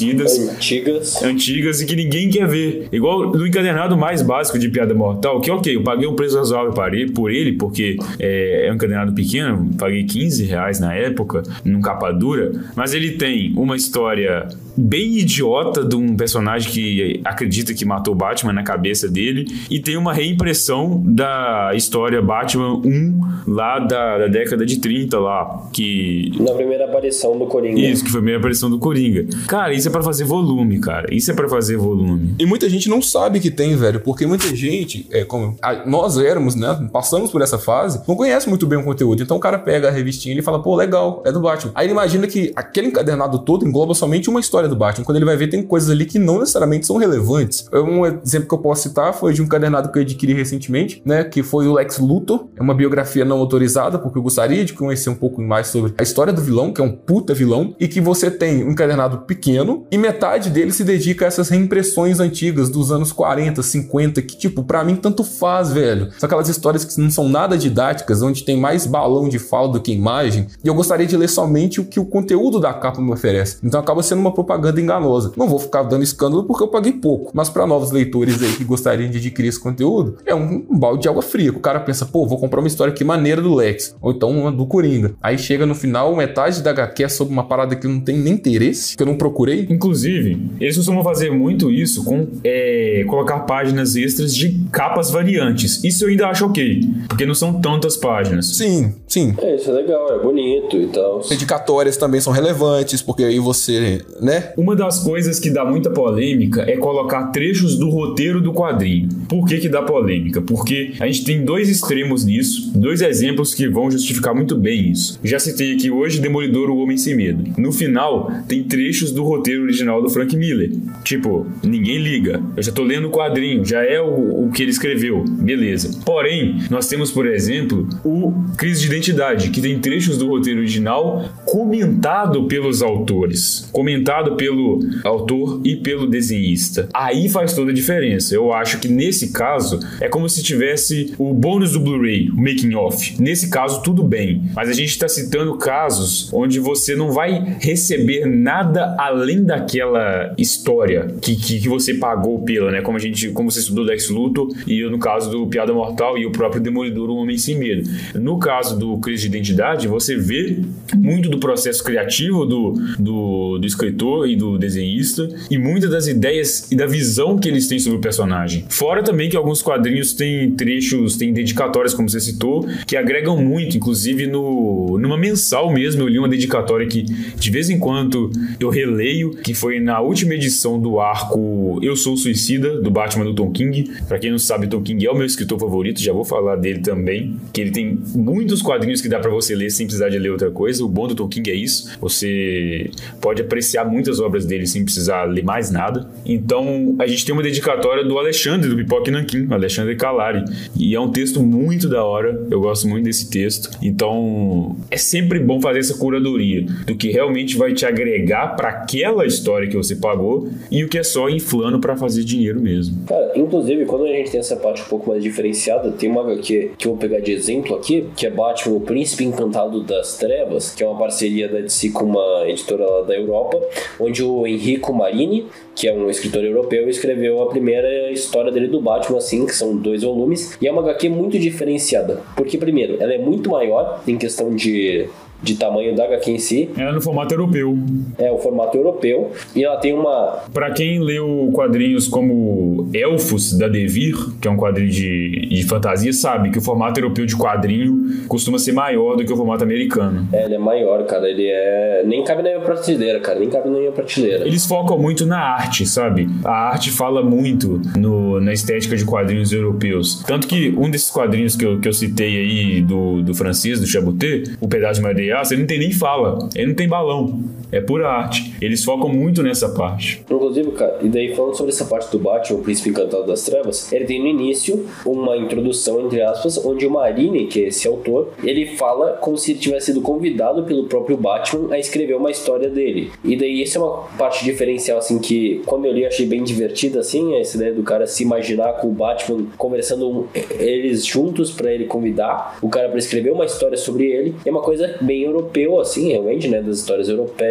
conhecidas. Antigas. Antigas e que ninguém quer ver. Igual no encadernado mais básico de Piada Mortal, que ok, eu paguei um preço razoável por ele, porque é, é um encadernado pequeno, paguei quinze reais na época, num capa dura, mas ele tem uma história bem idiota de um personagem que acredita que matou o Batman na cabeça dele, e tem uma reimpressão da história Batman um lá da, da década de trinta lá, que... Na primeira aparição do Coringa. Isso, que foi a primeira aparição do Coringa. Cara, isso é pra fazer volume, cara. Isso é pra fazer volume. E muita gente não sabe que tem, velho, porque muita gente, é, como a, nós éramos, né, passamos por essa fase, não conhece muito bem o conteúdo. Então o cara pega a revistinha e ele fala, pô, legal, é do Batman. Aí ele imagina que aquele encadernado todo engloba somente uma história do Batman. Quando ele vai ver, tem coisas ali que não necessariamente são relevantes. Um exemplo que eu posso citar foi de um encadernado que eu adquiri recentemente, né, que foi o Lex Luthor. É uma biografia não autorizada, porque eu gostaria de conhecer um pouco mais sobre a história do vilão, que é um puta vilão, e que você tem um encadernado pequeno e metade dele se dedica a essas reimpressões antigas dos anos quarenta, cinquenta, que, tipo, pra mim tanto faz, velho. São aquelas histórias que não são nada didáticas, onde tem mais balão de fala do que imagem, e eu gostaria de ler somente o que o conteúdo da capa me oferece. Então acaba sendo uma propaganda enganosa. Não vou ficar dando escândalo porque eu paguei pouco, mas para novos leitores aí que gostariam de adquirir esse conteúdo, é um, um balde de água fria. O cara pensa, pô, vou comprar uma história aqui maneira do Lex, ou então uma do Coringa. Aí chega no final, metade da agá quê é sobre uma parada que não tem nem interesse, que eu não procurei. Inclusive, eles costumam fazer muito isso com é, colocar páginas extras de capas variantes. Isso eu ainda acho ok, porque não são tantas páginas. Sim, sim. É, isso é legal, é bonito e tal. Dedicatórias também são relevantes, porque aí você, né? Uma das coisas que dá muita polêmica é colocar trechos do roteiro do quadrinho. Por que que dá polêmica? Porque a gente tem dois extremos nisso, dois exemplos que vão justificar muito bem isso. Já citei aqui hoje Demolidor, o Homem Sem Medo. No final, tem trechos do roteiro original do Frank Miller. Tipo, ninguém liga. Eu já tô lendo o quadrinho, já é o, o que ele escreveu. Beleza. Porém, nós temos, por exemplo, o Crise de Identidade, que tem trechos do roteiro original comentado pelos autores. Comentado pelo autor e pelo desenhista. Aí faz toda a diferença. Eu acho que nesse caso, é como se tivesse o bônus do Blu-ray, o making off. Nesse caso, tudo bem. Mas a gente está citando casos onde você não vai receber nada além daquela história que, que, que você pagou pela, né? Como a gente, como você estudou Lex Luthor e eu no caso do Piada Mortal e o próprio Demolidor, o Homem Sem Medo. No caso do Crise de Identidade, você vê muito do processo criativo do, do, do escritor e do desenhista e muitas das ideias e da visão que eles têm sobre o personagem. Fora também que alguns quadrinhos têm trechos, têm dedicatórias, como você citou, que agregam muito, inclusive no, numa mensal mesmo, eu li uma dedicatória que de vez em quando eu releio, que foi na última edição do arco Eu Sou Suicida, do Batman do Tom King. Pra quem não sabe, Tom King é o meu escritor favorito, já vou falar dele também, que ele tem muitos quadrinhos que dá pra você ler sem precisar de ler outra coisa. O bom do Tom King é isso, você pode apreciar muitas obras dele sem precisar ler mais nada. Então a gente tem uma dedicatória do Alexandre, do Pipoca e Nanquim, Alexandre Calari, e é um texto muito da hora, eu gosto muito desse texto. Então é sempre bom fazer essa curadoria do que realmente vai te agregar para aquela história que você pagou e o que é só inflando para fazer dinheiro mesmo. Cara, inclusive, quando a gente tem essa parte um pouco mais diferenciada, tem uma H Q que eu vou pegar de exemplo aqui, que é Batman, o Príncipe Encantado das Trevas, que é uma parceria da D C com uma editora lá da Europa, onde o Enrico Marini, que é um escritor europeu, escreveu a primeira história dele do Batman, assim, que são dois volumes, e é uma H Q muito diferenciada, porque, primeiro, ela é muito maior em questão de... de tamanho da H Q em si. Ela é no formato europeu. É, o formato europeu. E ela tem uma... Pra quem leu quadrinhos como Elfos, da Devir, que é um quadrinho de, de fantasia, sabe que o formato europeu de quadrinho costuma ser maior do que o formato americano. É, ele é maior, cara. Ele é... nem cabe na minha prateleira, cara. Nem cabe na minha prateleira. Eles focam muito na arte, sabe? A arte fala muito no, na estética de quadrinhos europeus. Tanto que um desses quadrinhos que eu, que eu citei aí, do, do francês, do Chaboté, O Pedaço de Madeira, ele não tem nem fala, ele não tem balão, é pura arte. Eles focam muito nessa parte. Inclusive, cara, e daí falando sobre essa parte do Batman, o Príncipe Encantado das Trevas, ele tem no início uma introdução, entre aspas, onde o Marini, que é esse autor, ele fala como se ele tivesse sido convidado pelo próprio Batman a escrever uma história dele. E daí essa é uma parte diferencial, assim, que quando eu li achei bem divertida, assim, essa ideia do cara se imaginar com o Batman conversando eles juntos pra ele convidar o cara pra escrever uma história sobre ele. É uma coisa bem europeu, assim, realmente, né, das histórias europeias.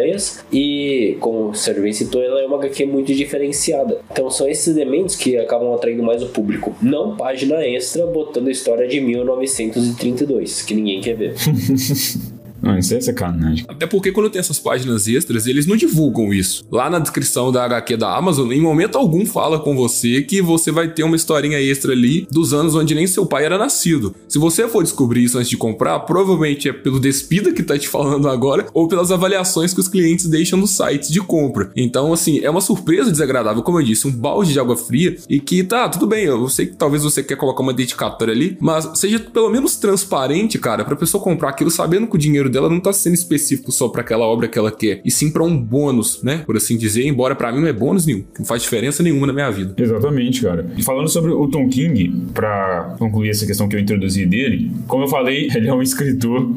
Aranhas, e como o Sérgio bem citou, ela é uma agá quê muito diferenciada. Então são esses elementos que acabam atraindo mais o público. Não página extra botando a história de mil novecentos e trinta e dois, que ninguém quer ver. Não, isso é sacanagem. Até porque quando tem essas páginas extras, eles não divulgam isso. Lá na descrição da agá quê da Amazon, em momento algum fala com você que você vai ter uma historinha extra ali dos anos onde nem seu pai era nascido. Se você for descobrir isso antes de comprar, provavelmente é pelo Despida que tá te falando agora, ou pelas avaliações que os clientes deixam nos sites de compra. Então, assim, é uma surpresa desagradável, como eu disse, um balde de água fria, e que tá, tudo bem, eu sei que talvez você quer colocar uma dedicatória ali, mas seja pelo menos transparente, cara, pra pessoa comprar aquilo sabendo que o dinheiro dela não tá sendo específico só pra aquela obra que ela quer, e sim pra um bônus, né? Por assim dizer, embora pra mim não é bônus nenhum, não faz diferença nenhuma na minha vida. Exatamente, cara. E falando sobre o Tom King, pra concluir essa questão que eu introduzi dele, como eu falei, ele é um escritor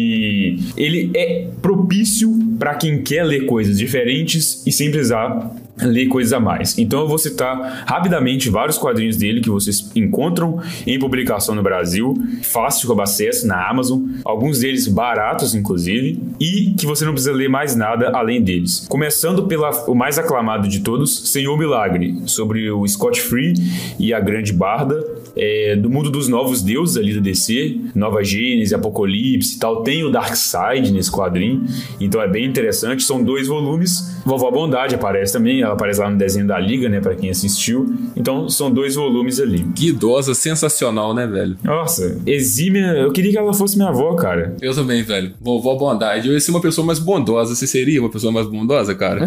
que ele é propício pra quem quer ler coisas diferentes e sem precisar ler coisas a mais. Então eu vou citar rapidamente vários quadrinhos dele que vocês encontram em publicação no Brasil, fácil de acesso na Amazon, alguns deles baratos inclusive, e que você não precisa ler mais nada além deles. Começando pelo mais aclamado de todos, Senhor Milagre, sobre o Scott Free e a Grande Barda, é, do mundo dos novos deuses ali da D C, Nova Gênese, Apocalipse e tal. Tem o Darkseid nesse quadrinho, então é bem interessante. São dois volumes. Vovó Bondade aparece também, ela aparece lá no desenho da Liga, né, pra quem assistiu. Então são dois volumes ali. Que idosa sensacional, né, velho? Nossa, exímia. Eu queria que ela fosse minha avó, cara. Eu também, velho. Vovó Bondade. Eu ia ser uma pessoa mais bondosa. Você seria uma pessoa mais bondosa, cara?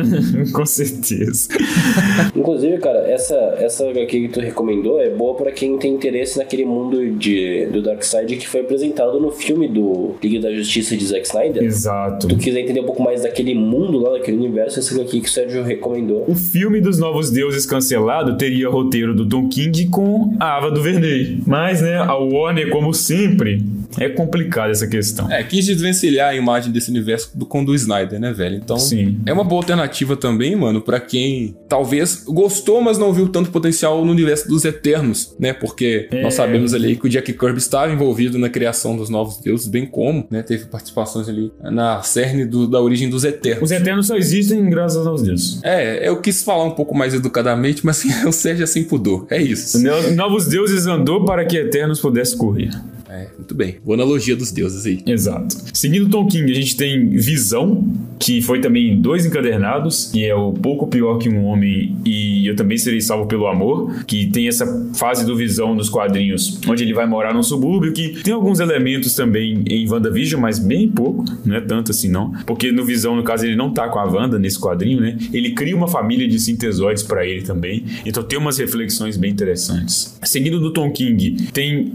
Com certeza. Inclusive, cara, essa, essa agá quê que tu recomendou é boa pra quem tem interesse naquele mundo de, do Darkseid que foi apresentado no filme do Liga da Justiça de Zack Snyder. Exato. Se tu quiser entender um pouco mais daquele mundo lá, daquele universo, essa agá quê que o Sérgio recomendou. O filme dos Novos Deuses cancelado teria roteiro do Tom King com a Ava DuVernay. Mas, né, a Warner, como sempre, é complicada essa questão. É, quis desvencilhar a imagem desse universo do, com do Snyder, né, velho? Então, sim, é uma boa alternativa também, mano, pra quem talvez gostou, mas não viu tanto potencial no universo dos Eternos, né? Porque é... nós sabemos ali que o Jack Kirby estava envolvido na criação dos Novos Deuses, bem como, né? Teve participações ali na cerne do, da origem dos Eternos. Os Eternos só existem graças aos Novos Deuses. É, eu quis falar um pouco mais educadamente, mas assim, o Sérgio é sem pudor. É isso. Novos Deuses andou para que Eternos pudesse correr. É, muito bem. Boa analogia dos deuses aí. Exato. Seguindo Tom King, a gente tem Visão, que foi também em dois encadernados, e é o Pouco Pior que um Homem e Eu Também Serei Salvo pelo Amor, que tem essa fase do Visão nos quadrinhos, onde ele vai morar num subúrbio, que tem alguns elementos também em WandaVision, mas bem pouco, não é tanto assim não, porque no Visão, no caso, ele não tá com a Wanda nesse quadrinho, né? Ele cria uma família de sintesoides pra ele também, então tem umas reflexões bem interessantes. Seguindo do Tom King, tem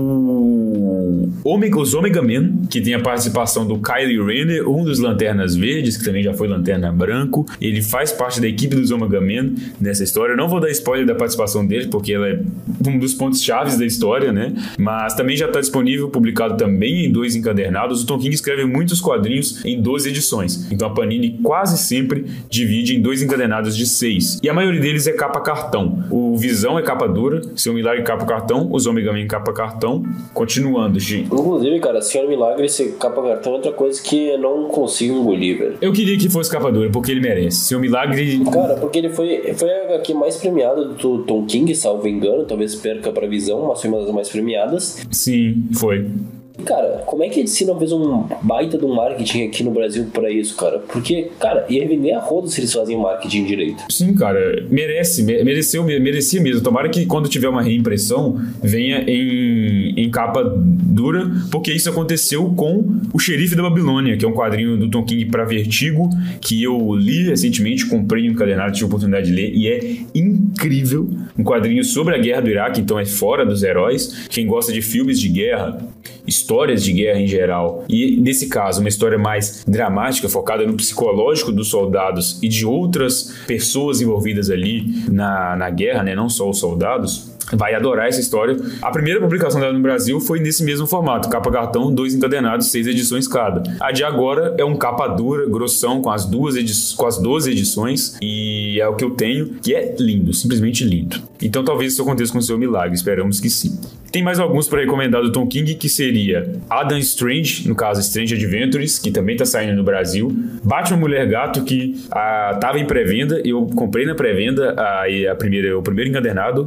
o Omega, os Omega Men, que tem a participação do Kyle Rayner, um dos Lanternas Verdes, que também já foi Lanterna Branco. Ele faz parte da equipe dos Omega Men nessa história. Eu não vou dar spoiler da participação dele, porque ela é um dos pontos chaves da história, né? Mas também já está disponível, publicado também em dois encadernados. O Tom King escreve muitos quadrinhos em doze edições. Então a Panini quase sempre divide em dois encadernados de seis. E a maioria deles é capa cartão. O Visão é capa dura, Senhor Milagre é capa cartão, os Omega Men capa cartão. Continuando, Gi. Inclusive, cara, Senhor Milagre ser capa cartão é outra coisa que eu não consigo engolir, velho. Eu queria que fosse capa dura, porque ele merece. Senhor Milagre... Cara, porque ele foi, foi a agá quê mais premiada do Tom King, salvo engano. Talvez perca pra Visão, mas foi uma das mais premiadas. Sim, foi. Cara, como é que a D C não fez um baita do marketing aqui no Brasil pra isso, cara? Porque, cara, ia vender a roda se eles fazem marketing direito. Sim, cara, merece, mereceu, merecia mesmo. Tomara que quando tiver uma reimpressão venha em, em capa dura, porque isso aconteceu com O Xerife da Babilônia, que é um quadrinho do Tom King pra Vertigo, que eu li recentemente, comprei um cadernário, tive a oportunidade de ler, e é incrível. Um quadrinho sobre a guerra do Iraque, então é fora dos heróis. Quem gosta de filmes de guerra, histórias de guerra em geral, e nesse caso uma história mais dramática, focada no psicológico dos soldados e de outras pessoas envolvidas ali na, na guerra, né? Não só os soldados, vai adorar essa história. A primeira publicação dela no Brasil foi nesse mesmo formato, capa cartão, dois encadernados, seis edições cada. A de agora é um capa dura, grossão, com as, duas edi- com as doze edições, e é o que eu tenho, que é lindo, simplesmente lindo. Então talvez isso aconteça com o seu milagre, esperamos que sim. Tem mais alguns para recomendar do Tom King, que seria Adam Strange, no caso Strange Adventures, que também tá saindo no Brasil. Batman Mulher Gato, que ah, tava em pré-venda, eu comprei na pré-venda ah, a primeira, o primeiro encadernado,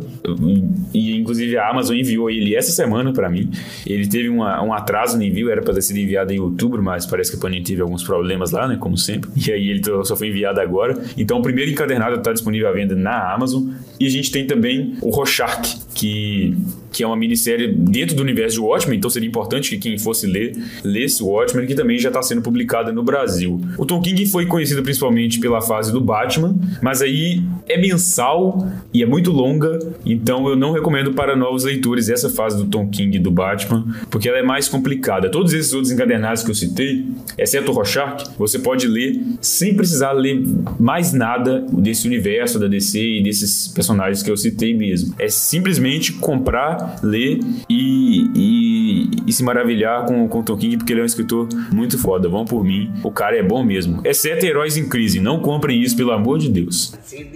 e inclusive a Amazon enviou ele essa semana para mim. Ele teve uma, um atraso no envio, era para ter sido enviado em outubro, mas parece que a Panini teve alguns problemas lá, né, como sempre, e aí ele só foi enviado agora. Então o primeiro encadernado tá disponível à venda na Amazon. E a gente tem também o Rorschach, que... que é uma minissérie dentro do universo de Watchmen, então seria importante que quem fosse ler, lesse o Watchmen, que também já está sendo publicada no Brasil. O Tom King foi conhecido principalmente pela fase do Batman, mas aí é mensal e é muito longa, então eu não recomendo para novos leitores essa fase do Tom King do Batman, porque ela é mais complicada. Todos esses outros encadernados que eu citei, exceto o Rorschach, você pode ler sem precisar ler mais nada desse universo da D C e desses personagens que eu citei mesmo. É simplesmente comprar, ler e, e, e se maravilhar com, com o Tom King, porque ele é um escritor muito foda. Vão por mim, o cara é bom mesmo. Exceto Heróis em Crise, não comprem isso, pelo amor de Deus.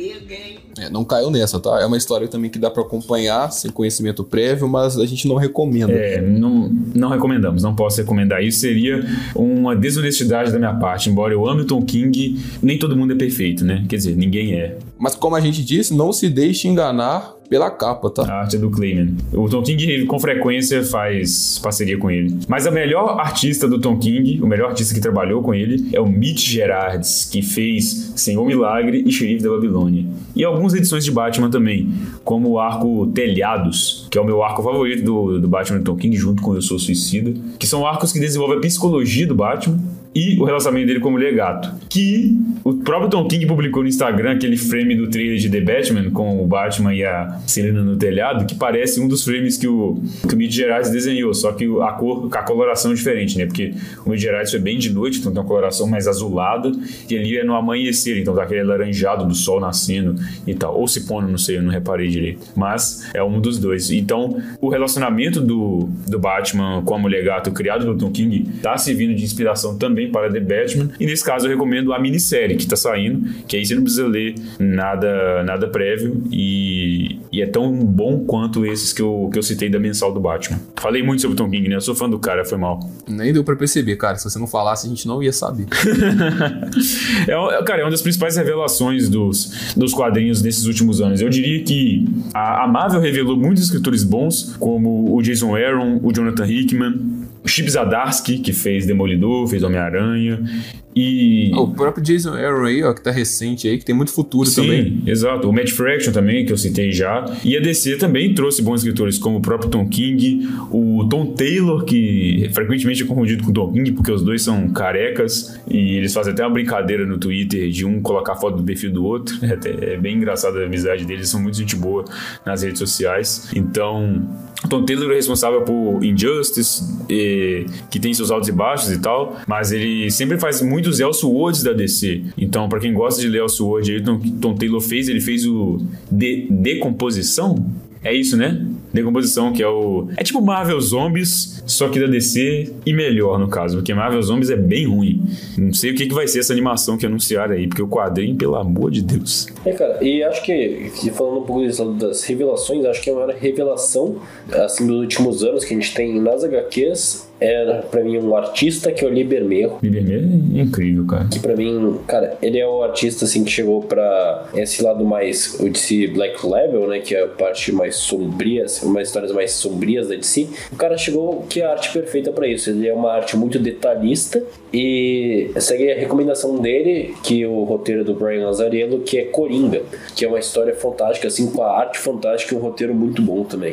É, não caiu nessa, tá? É uma história também que dá pra acompanhar sem conhecimento prévio, mas a gente não recomenda. É, não, não recomendamos, não posso recomendar. Isso seria uma desonestidade da minha parte. Embora eu ame o Tom King, nem todo mundo é perfeito, né? Quer dizer, ninguém é. Mas como a gente disse, não se deixe enganar pela capa, tá? A arte é do Clayman. O Tom King com frequência faz parceria com ele. Mas a melhor artista do Tom King, o melhor artista que trabalhou com ele, é o Mitch Gerads, que fez Senhor Milagre e Xerife da Babilônia. E algumas edições de Batman também, como o arco Telhados, que é o meu arco favorito do, do Batman do Tom King, junto com Eu Sou Suicida, que são arcos que desenvolvem a psicologia do Batman e o relacionamento dele com a Mulher Gato, que o próprio Tom King publicou no Instagram aquele frame do trailer de The Batman com o Batman e a Selina no telhado, que parece um dos frames que o, que o Mitch Gerads desenhou, só que a cor, a coloração é diferente, né? Porque o Mitch Gerads foi bem de noite, então tem uma coloração mais azulada, e ali é no amanhecer, então tá aquele laranjado do sol nascendo e tal, ou se pondo, não sei, eu não reparei direito, mas é um dos dois. Então o relacionamento do, do Batman com a Mulher Gato, criado pelo Tom King, tá servindo de inspiração também para The Batman, e nesse caso eu recomendo a minissérie que tá saindo, que aí você não precisa ler nada, nada prévio, e, e é tão bom quanto esses que eu, que eu citei da mensal do Batman. Falei muito sobre o Tom King, né? Eu sou fã do cara, foi mal. Nem deu pra perceber, cara. Se você não falasse, a gente não ia saber. é, cara, é uma das principais revelações dos, dos quadrinhos nesses últimos anos. Eu diria que a, a Marvel revelou muitos escritores bons, como o Jason Aaron, o Jonathan Hickman, o Chip Zdarsky, que fez Demolidor, fez Homem-Aranha, e... O próprio Jason Aaron aí, ó, que tá recente aí, que tem muito futuro. Sim, também. Sim, exato. O Matt Fraction também, que eu citei já. E a D C também trouxe bons escritores, como o próprio Tom King, o Tom Taylor, que frequentemente é confundido com o Tom King, porque os dois são carecas, e eles fazem até uma brincadeira no Twitter de um colocar foto do perfil do outro. É, até, é bem engraçada a amizade deles, são muito gente boa nas redes sociais. Então, o Tom Taylor é responsável por Injustice, e, que tem seus altos e baixos e tal, mas ele sempre faz muito dos Elseworlds da D C. Então, pra quem gosta de ler Elseworlds, aí, Tom, Tom Taylor fez, ele fez o de, Decomposição. É isso, né? Decomposição, que é o... É tipo Marvel Zombies, só que da D C e melhor, no caso, porque Marvel Zombies é bem ruim. Não sei o que, que vai ser essa animação que anunciaram aí, porque o quadrinho, pelo amor de Deus. É, cara, e acho que, falando um pouco das revelações, acho que a maior revelação, assim, dos últimos anos que a gente tem nas agá quês era, pra mim, um artista que é o Lee Bermejo. Lee Bermejo é incrível, cara. Que pra mim, cara, ele é o artista, assim, que chegou pra esse lado mais, o D C Black Label, né, que é a parte mais sombria, umas histórias mais sombrias da D C. O cara chegou que é a arte perfeita pra isso. Ele é uma arte muito detalhista e segue a recomendação dele, que o roteiro do Brian Azzarello, que é Coringa, que é uma história fantástica, assim, com a arte fantástica e um roteiro muito bom também.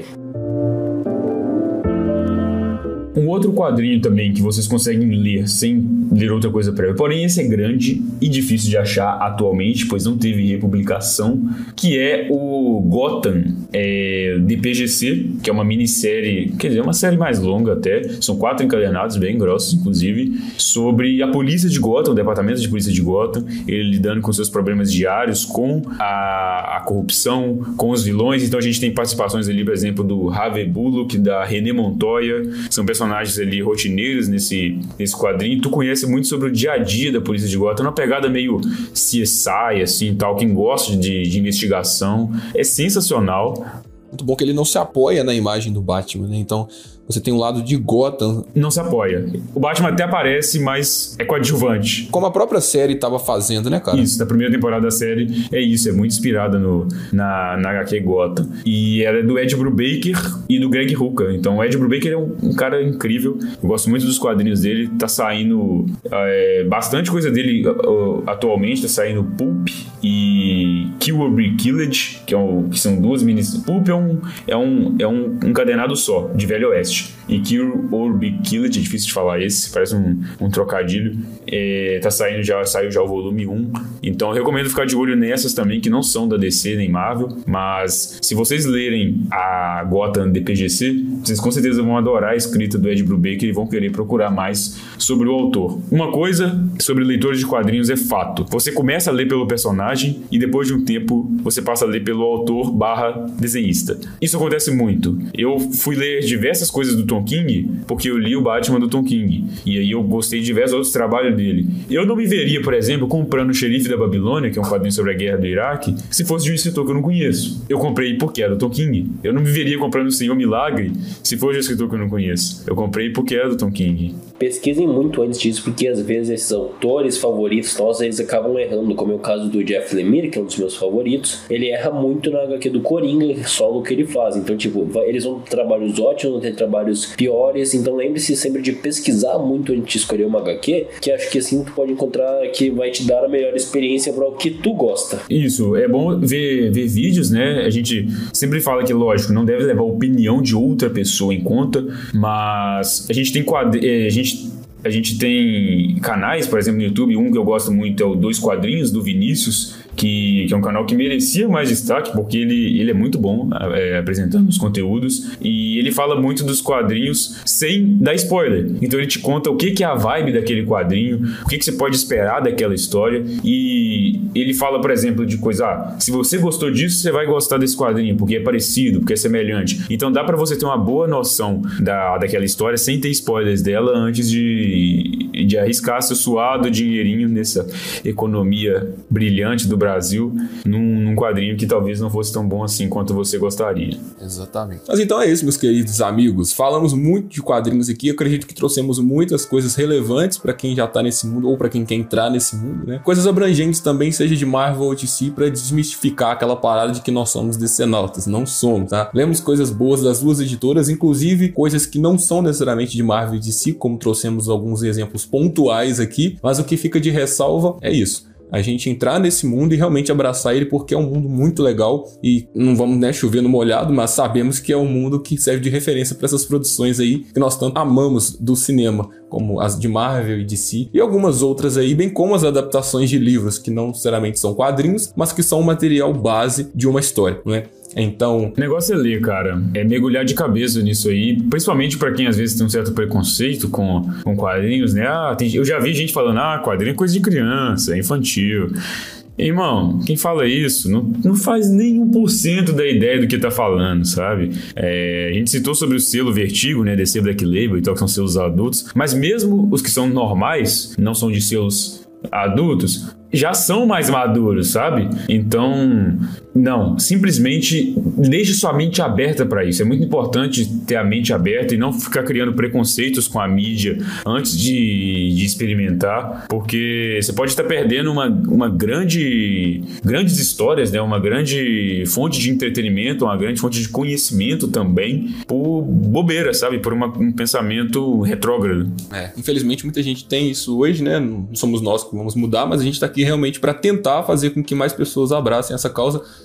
Um outro quadrinho também que vocês conseguem ler sem ler outra coisa prévia, porém esse é grande e difícil de achar atualmente, pois não teve republicação, que é o Gotham, é, D P G C, que é uma minissérie, quer dizer, uma série mais longa até, são quatro encadernados, bem grossos inclusive, sobre a polícia de Gotham, o departamento de polícia de Gotham, ele lidando com seus problemas diários, com a, a corrupção, com os vilões. Então a gente tem participações ali, por exemplo, do Harvey Bullock, da René Montoya, são personagens ali rotineiros nesse, nesse quadrinho. Tu conhece muito sobre o dia a dia da polícia de Gotham, uma pegada meio C S I, assim, tal, quem gosta de, de investigação, é sensacional. Muito bom que ele não se apoia na imagem do Batman, né? Então, você tem um lado de Gotham. Não se apoia. O Batman até aparece, mas é coadjuvante. Como a própria série estava fazendo, né, cara? Isso, da primeira temporada da série é isso, é muito inspirada no, na, na H Q Gotham. E ela é do Ed Brubaker e do Greg Rucka. Então o Ed Brubaker é um, um cara incrível. Eu gosto muito dos quadrinhos dele. Tá saindo é, bastante coisa dele uh, atualmente. Tá saindo Pulp e Kill or Be Killed, que, é um, que são duas minis. Pulp é um, é um, é um encadenado só, de Velho Oeste. E Kill or Be Killed, é difícil de falar esse, parece um, um trocadilho. É, tá saindo já, saiu já o volume um. Então eu recomendo ficar de olho nessas também, que não são da D C nem Marvel. Mas se vocês lerem a Gotham D P G C, vocês com certeza vão adorar a escrita do Ed Brubaker e vão querer procurar mais sobre o autor. Uma coisa sobre leitores de quadrinhos é fato: você começa a ler pelo personagem e depois de um tempo você passa a ler pelo autor barra desenhista. Isso acontece muito. Eu fui ler diversas coisas do Tom King porque eu li o Batman do Tom King e aí eu gostei de diversos outros trabalhos dele. Eu não me veria, por exemplo, comprando O Xerife da Babilônia, que é um quadrinho sobre a guerra do Iraque, se fosse de um escritor que eu não conheço. Eu comprei porque era do Tom King. Eu não me veria comprando O Senhor Milagre se fosse de um escritor que eu não conheço. Eu comprei porque era do Tom King. Pesquisem muito antes disso, porque às vezes esses autores favoritos nossos, eles acabam errando, como é o caso do Jeff Lemire, que é um dos meus favoritos. Ele erra muito na H Q do Coringa, solo que ele faz. Então, tipo, eles vão ter trabalhos ótimos, vão ter trabalhos piores. Então lembre-se sempre de pesquisar muito antes de escolher uma H Q, que acho que assim tu pode encontrar que vai te dar a melhor experiência para o que tu gosta. Isso, é bom ver, ver vídeos, né? A gente sempre fala que, lógico, não deve levar a opinião de outra pessoa em conta, mas a gente tem quadrinhos, a gente A gente tem canais, por exemplo, no YouTube. Um que eu gosto muito é o Dois Quadrinhos, do Vinícius, que, que é um canal que merecia mais destaque, porque ele, ele é muito bom é, apresentando os conteúdos, e ele fala muito dos quadrinhos sem dar spoiler. Então ele te conta o que, que é a vibe daquele quadrinho, o que, que você pode esperar daquela história, e ele fala, por exemplo, de coisa, ah, se você gostou disso, você vai gostar desse quadrinho, porque é parecido, porque é semelhante. Então dá pra você ter uma boa noção da, daquela história sem ter spoilers dela antes de, de arriscar seu suado dinheirinho nessa economia brilhante do Brasil num, num quadrinho que talvez não fosse tão bom assim quanto você gostaria. Exatamente. Mas então é isso, meus queridos amigos. Falamos muito de quadrinhos aqui. Eu acredito que trouxemos muitas coisas relevantes para quem já tá nesse mundo ou para quem quer entrar nesse mundo, né? Coisas abrangentes também, seja de Marvel ou de D C, para desmistificar aquela parada de que nós somos decenautas. Não somos, tá? Lemos coisas boas das duas editoras, inclusive coisas que não são necessariamente de Marvel e D C, como trouxemos alguns exemplos pontuais aqui, mas o que fica de ressalva é isso: a gente entrar nesse mundo e realmente abraçar ele, porque é um mundo muito legal e não vamos, né, chover no molhado, mas sabemos que é um mundo que serve de referência para essas produções aí que nós tanto amamos do cinema, como as de Marvel e D C e algumas outras aí, bem como as adaptações de livros que não necessariamente são quadrinhos, mas que são o material base de uma história, não é? Então, o negócio é ler, cara, é mergulhar de cabeça nisso aí, principalmente pra quem às vezes tem um certo preconceito com, com quadrinhos, né? Ah, tem, eu já vi gente falando, ah, quadrinho é coisa de criança, é infantil. Irmão, quem fala isso não, não faz nem um por cento da ideia do que tá falando, sabe? É, a gente citou sobre o selo Vertigo, né, D C Black Label e tal, que são selos adultos, mas mesmo os que são normais, não são de selos adultos, já são mais maduros, sabe? Então, não, simplesmente deixe sua mente aberta para isso. É muito importante ter a mente aberta e não ficar criando preconceitos com a mídia antes de, de experimentar, porque você pode estar perdendo uma, uma grande grandes histórias, né? Uma grande fonte de entretenimento, uma grande fonte de conhecimento também, por bobeira, sabe? Por uma, um pensamento retrógrado. É, infelizmente muita gente tem isso hoje, né? Não somos nós que vamos mudar, mas a gente tá aqui realmente para tentar fazer com que mais pessoas abracem essa causa,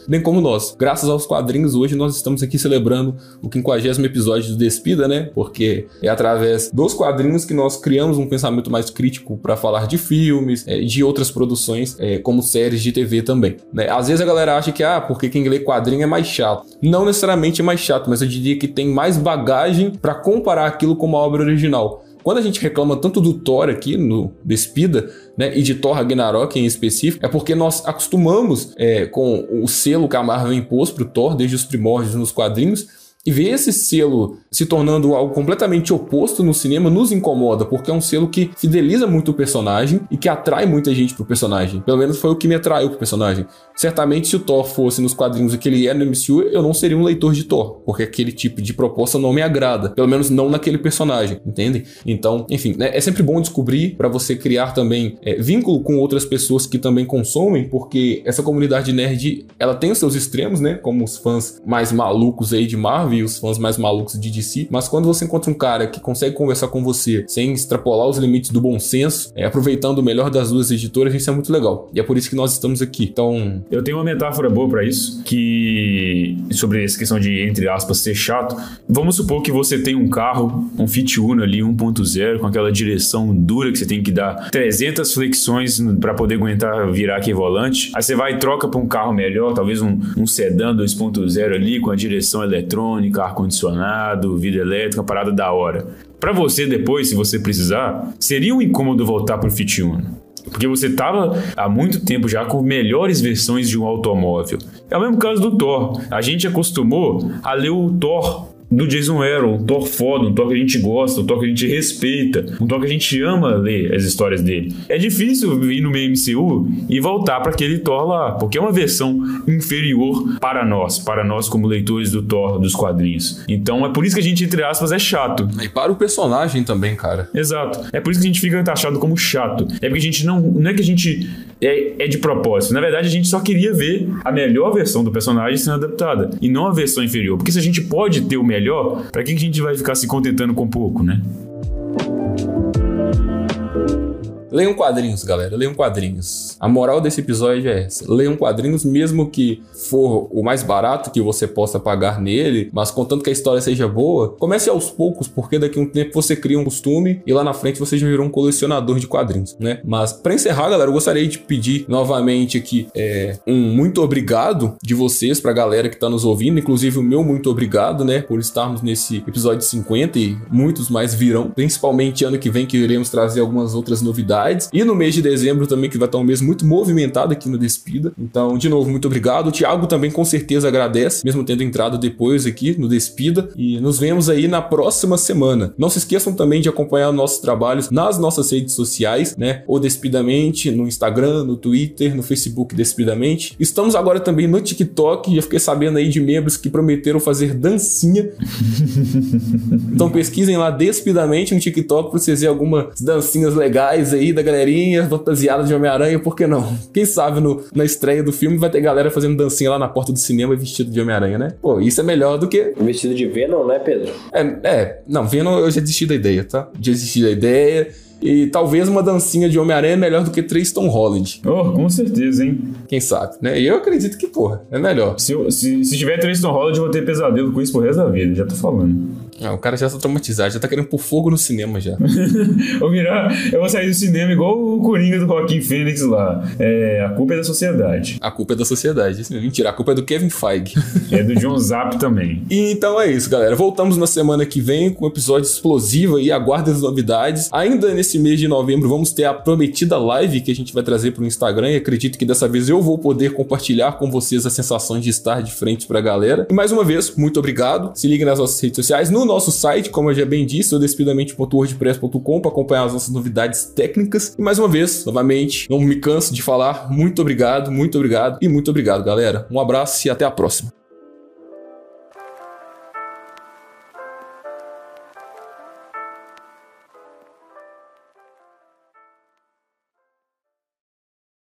nem como nós. Graças aos quadrinhos, hoje nós estamos aqui celebrando o quinquagésimo episódio do Despida, né? Porque é através dos quadrinhos que nós criamos um pensamento mais crítico para falar de filmes, é, de outras produções, é, como séries de T V também, né? Às vezes a galera acha que, ah, porque quem lê quadrinho é mais chato. Não necessariamente é mais chato, mas eu diria que tem mais bagagem para comparar aquilo com uma obra original. Quando a gente reclama tanto do Thor aqui no Despida, né, e de Thor Ragnarok em específico, é porque nós acostumamos é, com o selo que a Marvel impôs pro Thor desde os primórdios nos quadrinhos, e ver esse selo se tornando algo completamente oposto no cinema nos incomoda, porque é um selo que fideliza muito o personagem e que atrai muita gente pro personagem. Pelo menos foi o que me atraiu pro personagem. Certamente, se o Thor fosse nos quadrinhos o que ele é no M C U, eu não seria um leitor de Thor, porque aquele tipo de proposta não me agrada. Pelo menos não naquele personagem, entende? Então, enfim, né, é sempre bom descobrir para você criar também é, vínculo com outras pessoas que também consomem, porque essa comunidade nerd, ela tem os seus extremos, né? Como os fãs mais malucos aí de Marvel e os fãs mais malucos de D C, mas quando você encontra um cara que consegue conversar com você sem extrapolar os limites do bom senso, é, aproveitando o melhor das duas editoras, isso é muito legal. E é por isso que nós estamos aqui. Então... Eu tenho uma metáfora boa pra isso, que sobre essa questão de, entre aspas, ser chato. Vamos supor que você tem um carro, um Fiat Uno ali, um ponto zero, com aquela direção dura que você tem que dar trezentas flexões pra poder aguentar virar aquele volante. Aí você vai e troca pra um carro melhor, talvez um, um sedã dois ponto zero ali, com a direção eletrônica, ar-condicionado, vida elétrica, uma parada da hora. Pra você depois, se você precisar, seria um incômodo voltar pro Fiat Uno. Porque você estava há muito tempo já com melhores versões de um automóvel. É o mesmo caso do Thor. A gente acostumou a ler o Thor do Jason Aaron, um Thor foda, um Thor que a gente gosta, um Thor que a gente respeita, um Thor que a gente ama ler as histórias dele. É difícil ir no meio M C U e voltar para aquele Thor lá, porque é uma versão inferior para nós, para nós como leitores do Thor, dos quadrinhos. Então é por isso que a gente, entre aspas, é chato. E para o personagem também, cara. Exato. É por isso que a gente fica taxado como chato. É porque a gente não... Não é que a gente... É, é de propósito. Na verdade, a gente só queria ver a melhor versão do personagem sendo adaptada, e não a versão inferior. Porque se a gente pode ter o melhor, melhor, pra que a gente vai ficar se contentando com pouco, né? Leiam quadrinhos, galera, leiam quadrinhos. A moral desse episódio é essa. Leiam quadrinhos, mesmo que for o mais barato que você possa pagar nele, mas contanto que a história seja boa, comece aos poucos, porque daqui a um tempo você cria um costume e lá na frente você já virou um colecionador de quadrinhos, né? Mas pra encerrar, galera, eu gostaria de pedir novamente aqui é, um muito obrigado de vocês pra galera que tá nos ouvindo, inclusive o meu muito obrigado, né, por estarmos nesse episódio cinquenta e muitos mais virão, principalmente ano que vem que iremos trazer algumas outras novidades. E no mês de dezembro também, que vai estar um mês muito movimentado aqui no Despida. Então, de novo, muito obrigado. O Thiago também com certeza agradece, mesmo tendo entrado depois aqui no Despida. E nos vemos aí na próxima semana. Não se esqueçam também de acompanhar nossos trabalhos nas nossas redes sociais, né? O Despidamente, no Instagram, no Twitter, no Facebook Despidamente. Estamos agora também no TikTok. Já fiquei sabendo aí de membros que prometeram fazer dancinha. Então pesquisem lá Despidamente no TikTok pra vocês verem algumas dancinhas legais aí da galerinha fantasiada de Homem-Aranha, por que não? Quem sabe no, na estreia do filme vai ter galera fazendo dancinha lá na porta do cinema vestido de Homem-Aranha, né? Pô, isso é melhor do que... Vestido de Venom, né, Pedro? É, é não, Venom eu já desisti da ideia, tá? Já desisti da ideia... E talvez uma dancinha de Homem-Aranha é melhor do que três Tom Holland. Oh, com certeza, hein? Quem sabe, né? E eu acredito que, porra, é melhor. Se, se, se tiver três Tom Holland, eu vou ter pesadelo com isso pro resto da vida, já tô falando. Ah, o cara já tá traumatizado, já tá querendo pôr fogo no cinema já. Vou virar, eu vou sair do cinema igual o Coringa do Joaquin Phoenix lá. É, a culpa é da sociedade. A culpa é da sociedade, isso mesmo. Mentira, a culpa é do Kevin Feige. É do John Zapp também. E então é isso, galera. Voltamos na semana que vem com um episódio explosivo aí, aguardem as novidades. Ainda nesse mês de novembro vamos ter a prometida live que a gente vai trazer pro Instagram e acredito que dessa vez eu vou poder compartilhar com vocês as sensações de estar de frente pra galera. E mais uma vez, muito obrigado. Se liguem nas nossas redes sociais, no nosso site, como eu já bem disse, o despidamente ponto wordpress ponto com para acompanhar as nossas novidades técnicas. E mais uma vez, novamente, não me canso de falar, muito obrigado, muito obrigado e muito obrigado, galera. Um abraço e até a próxima.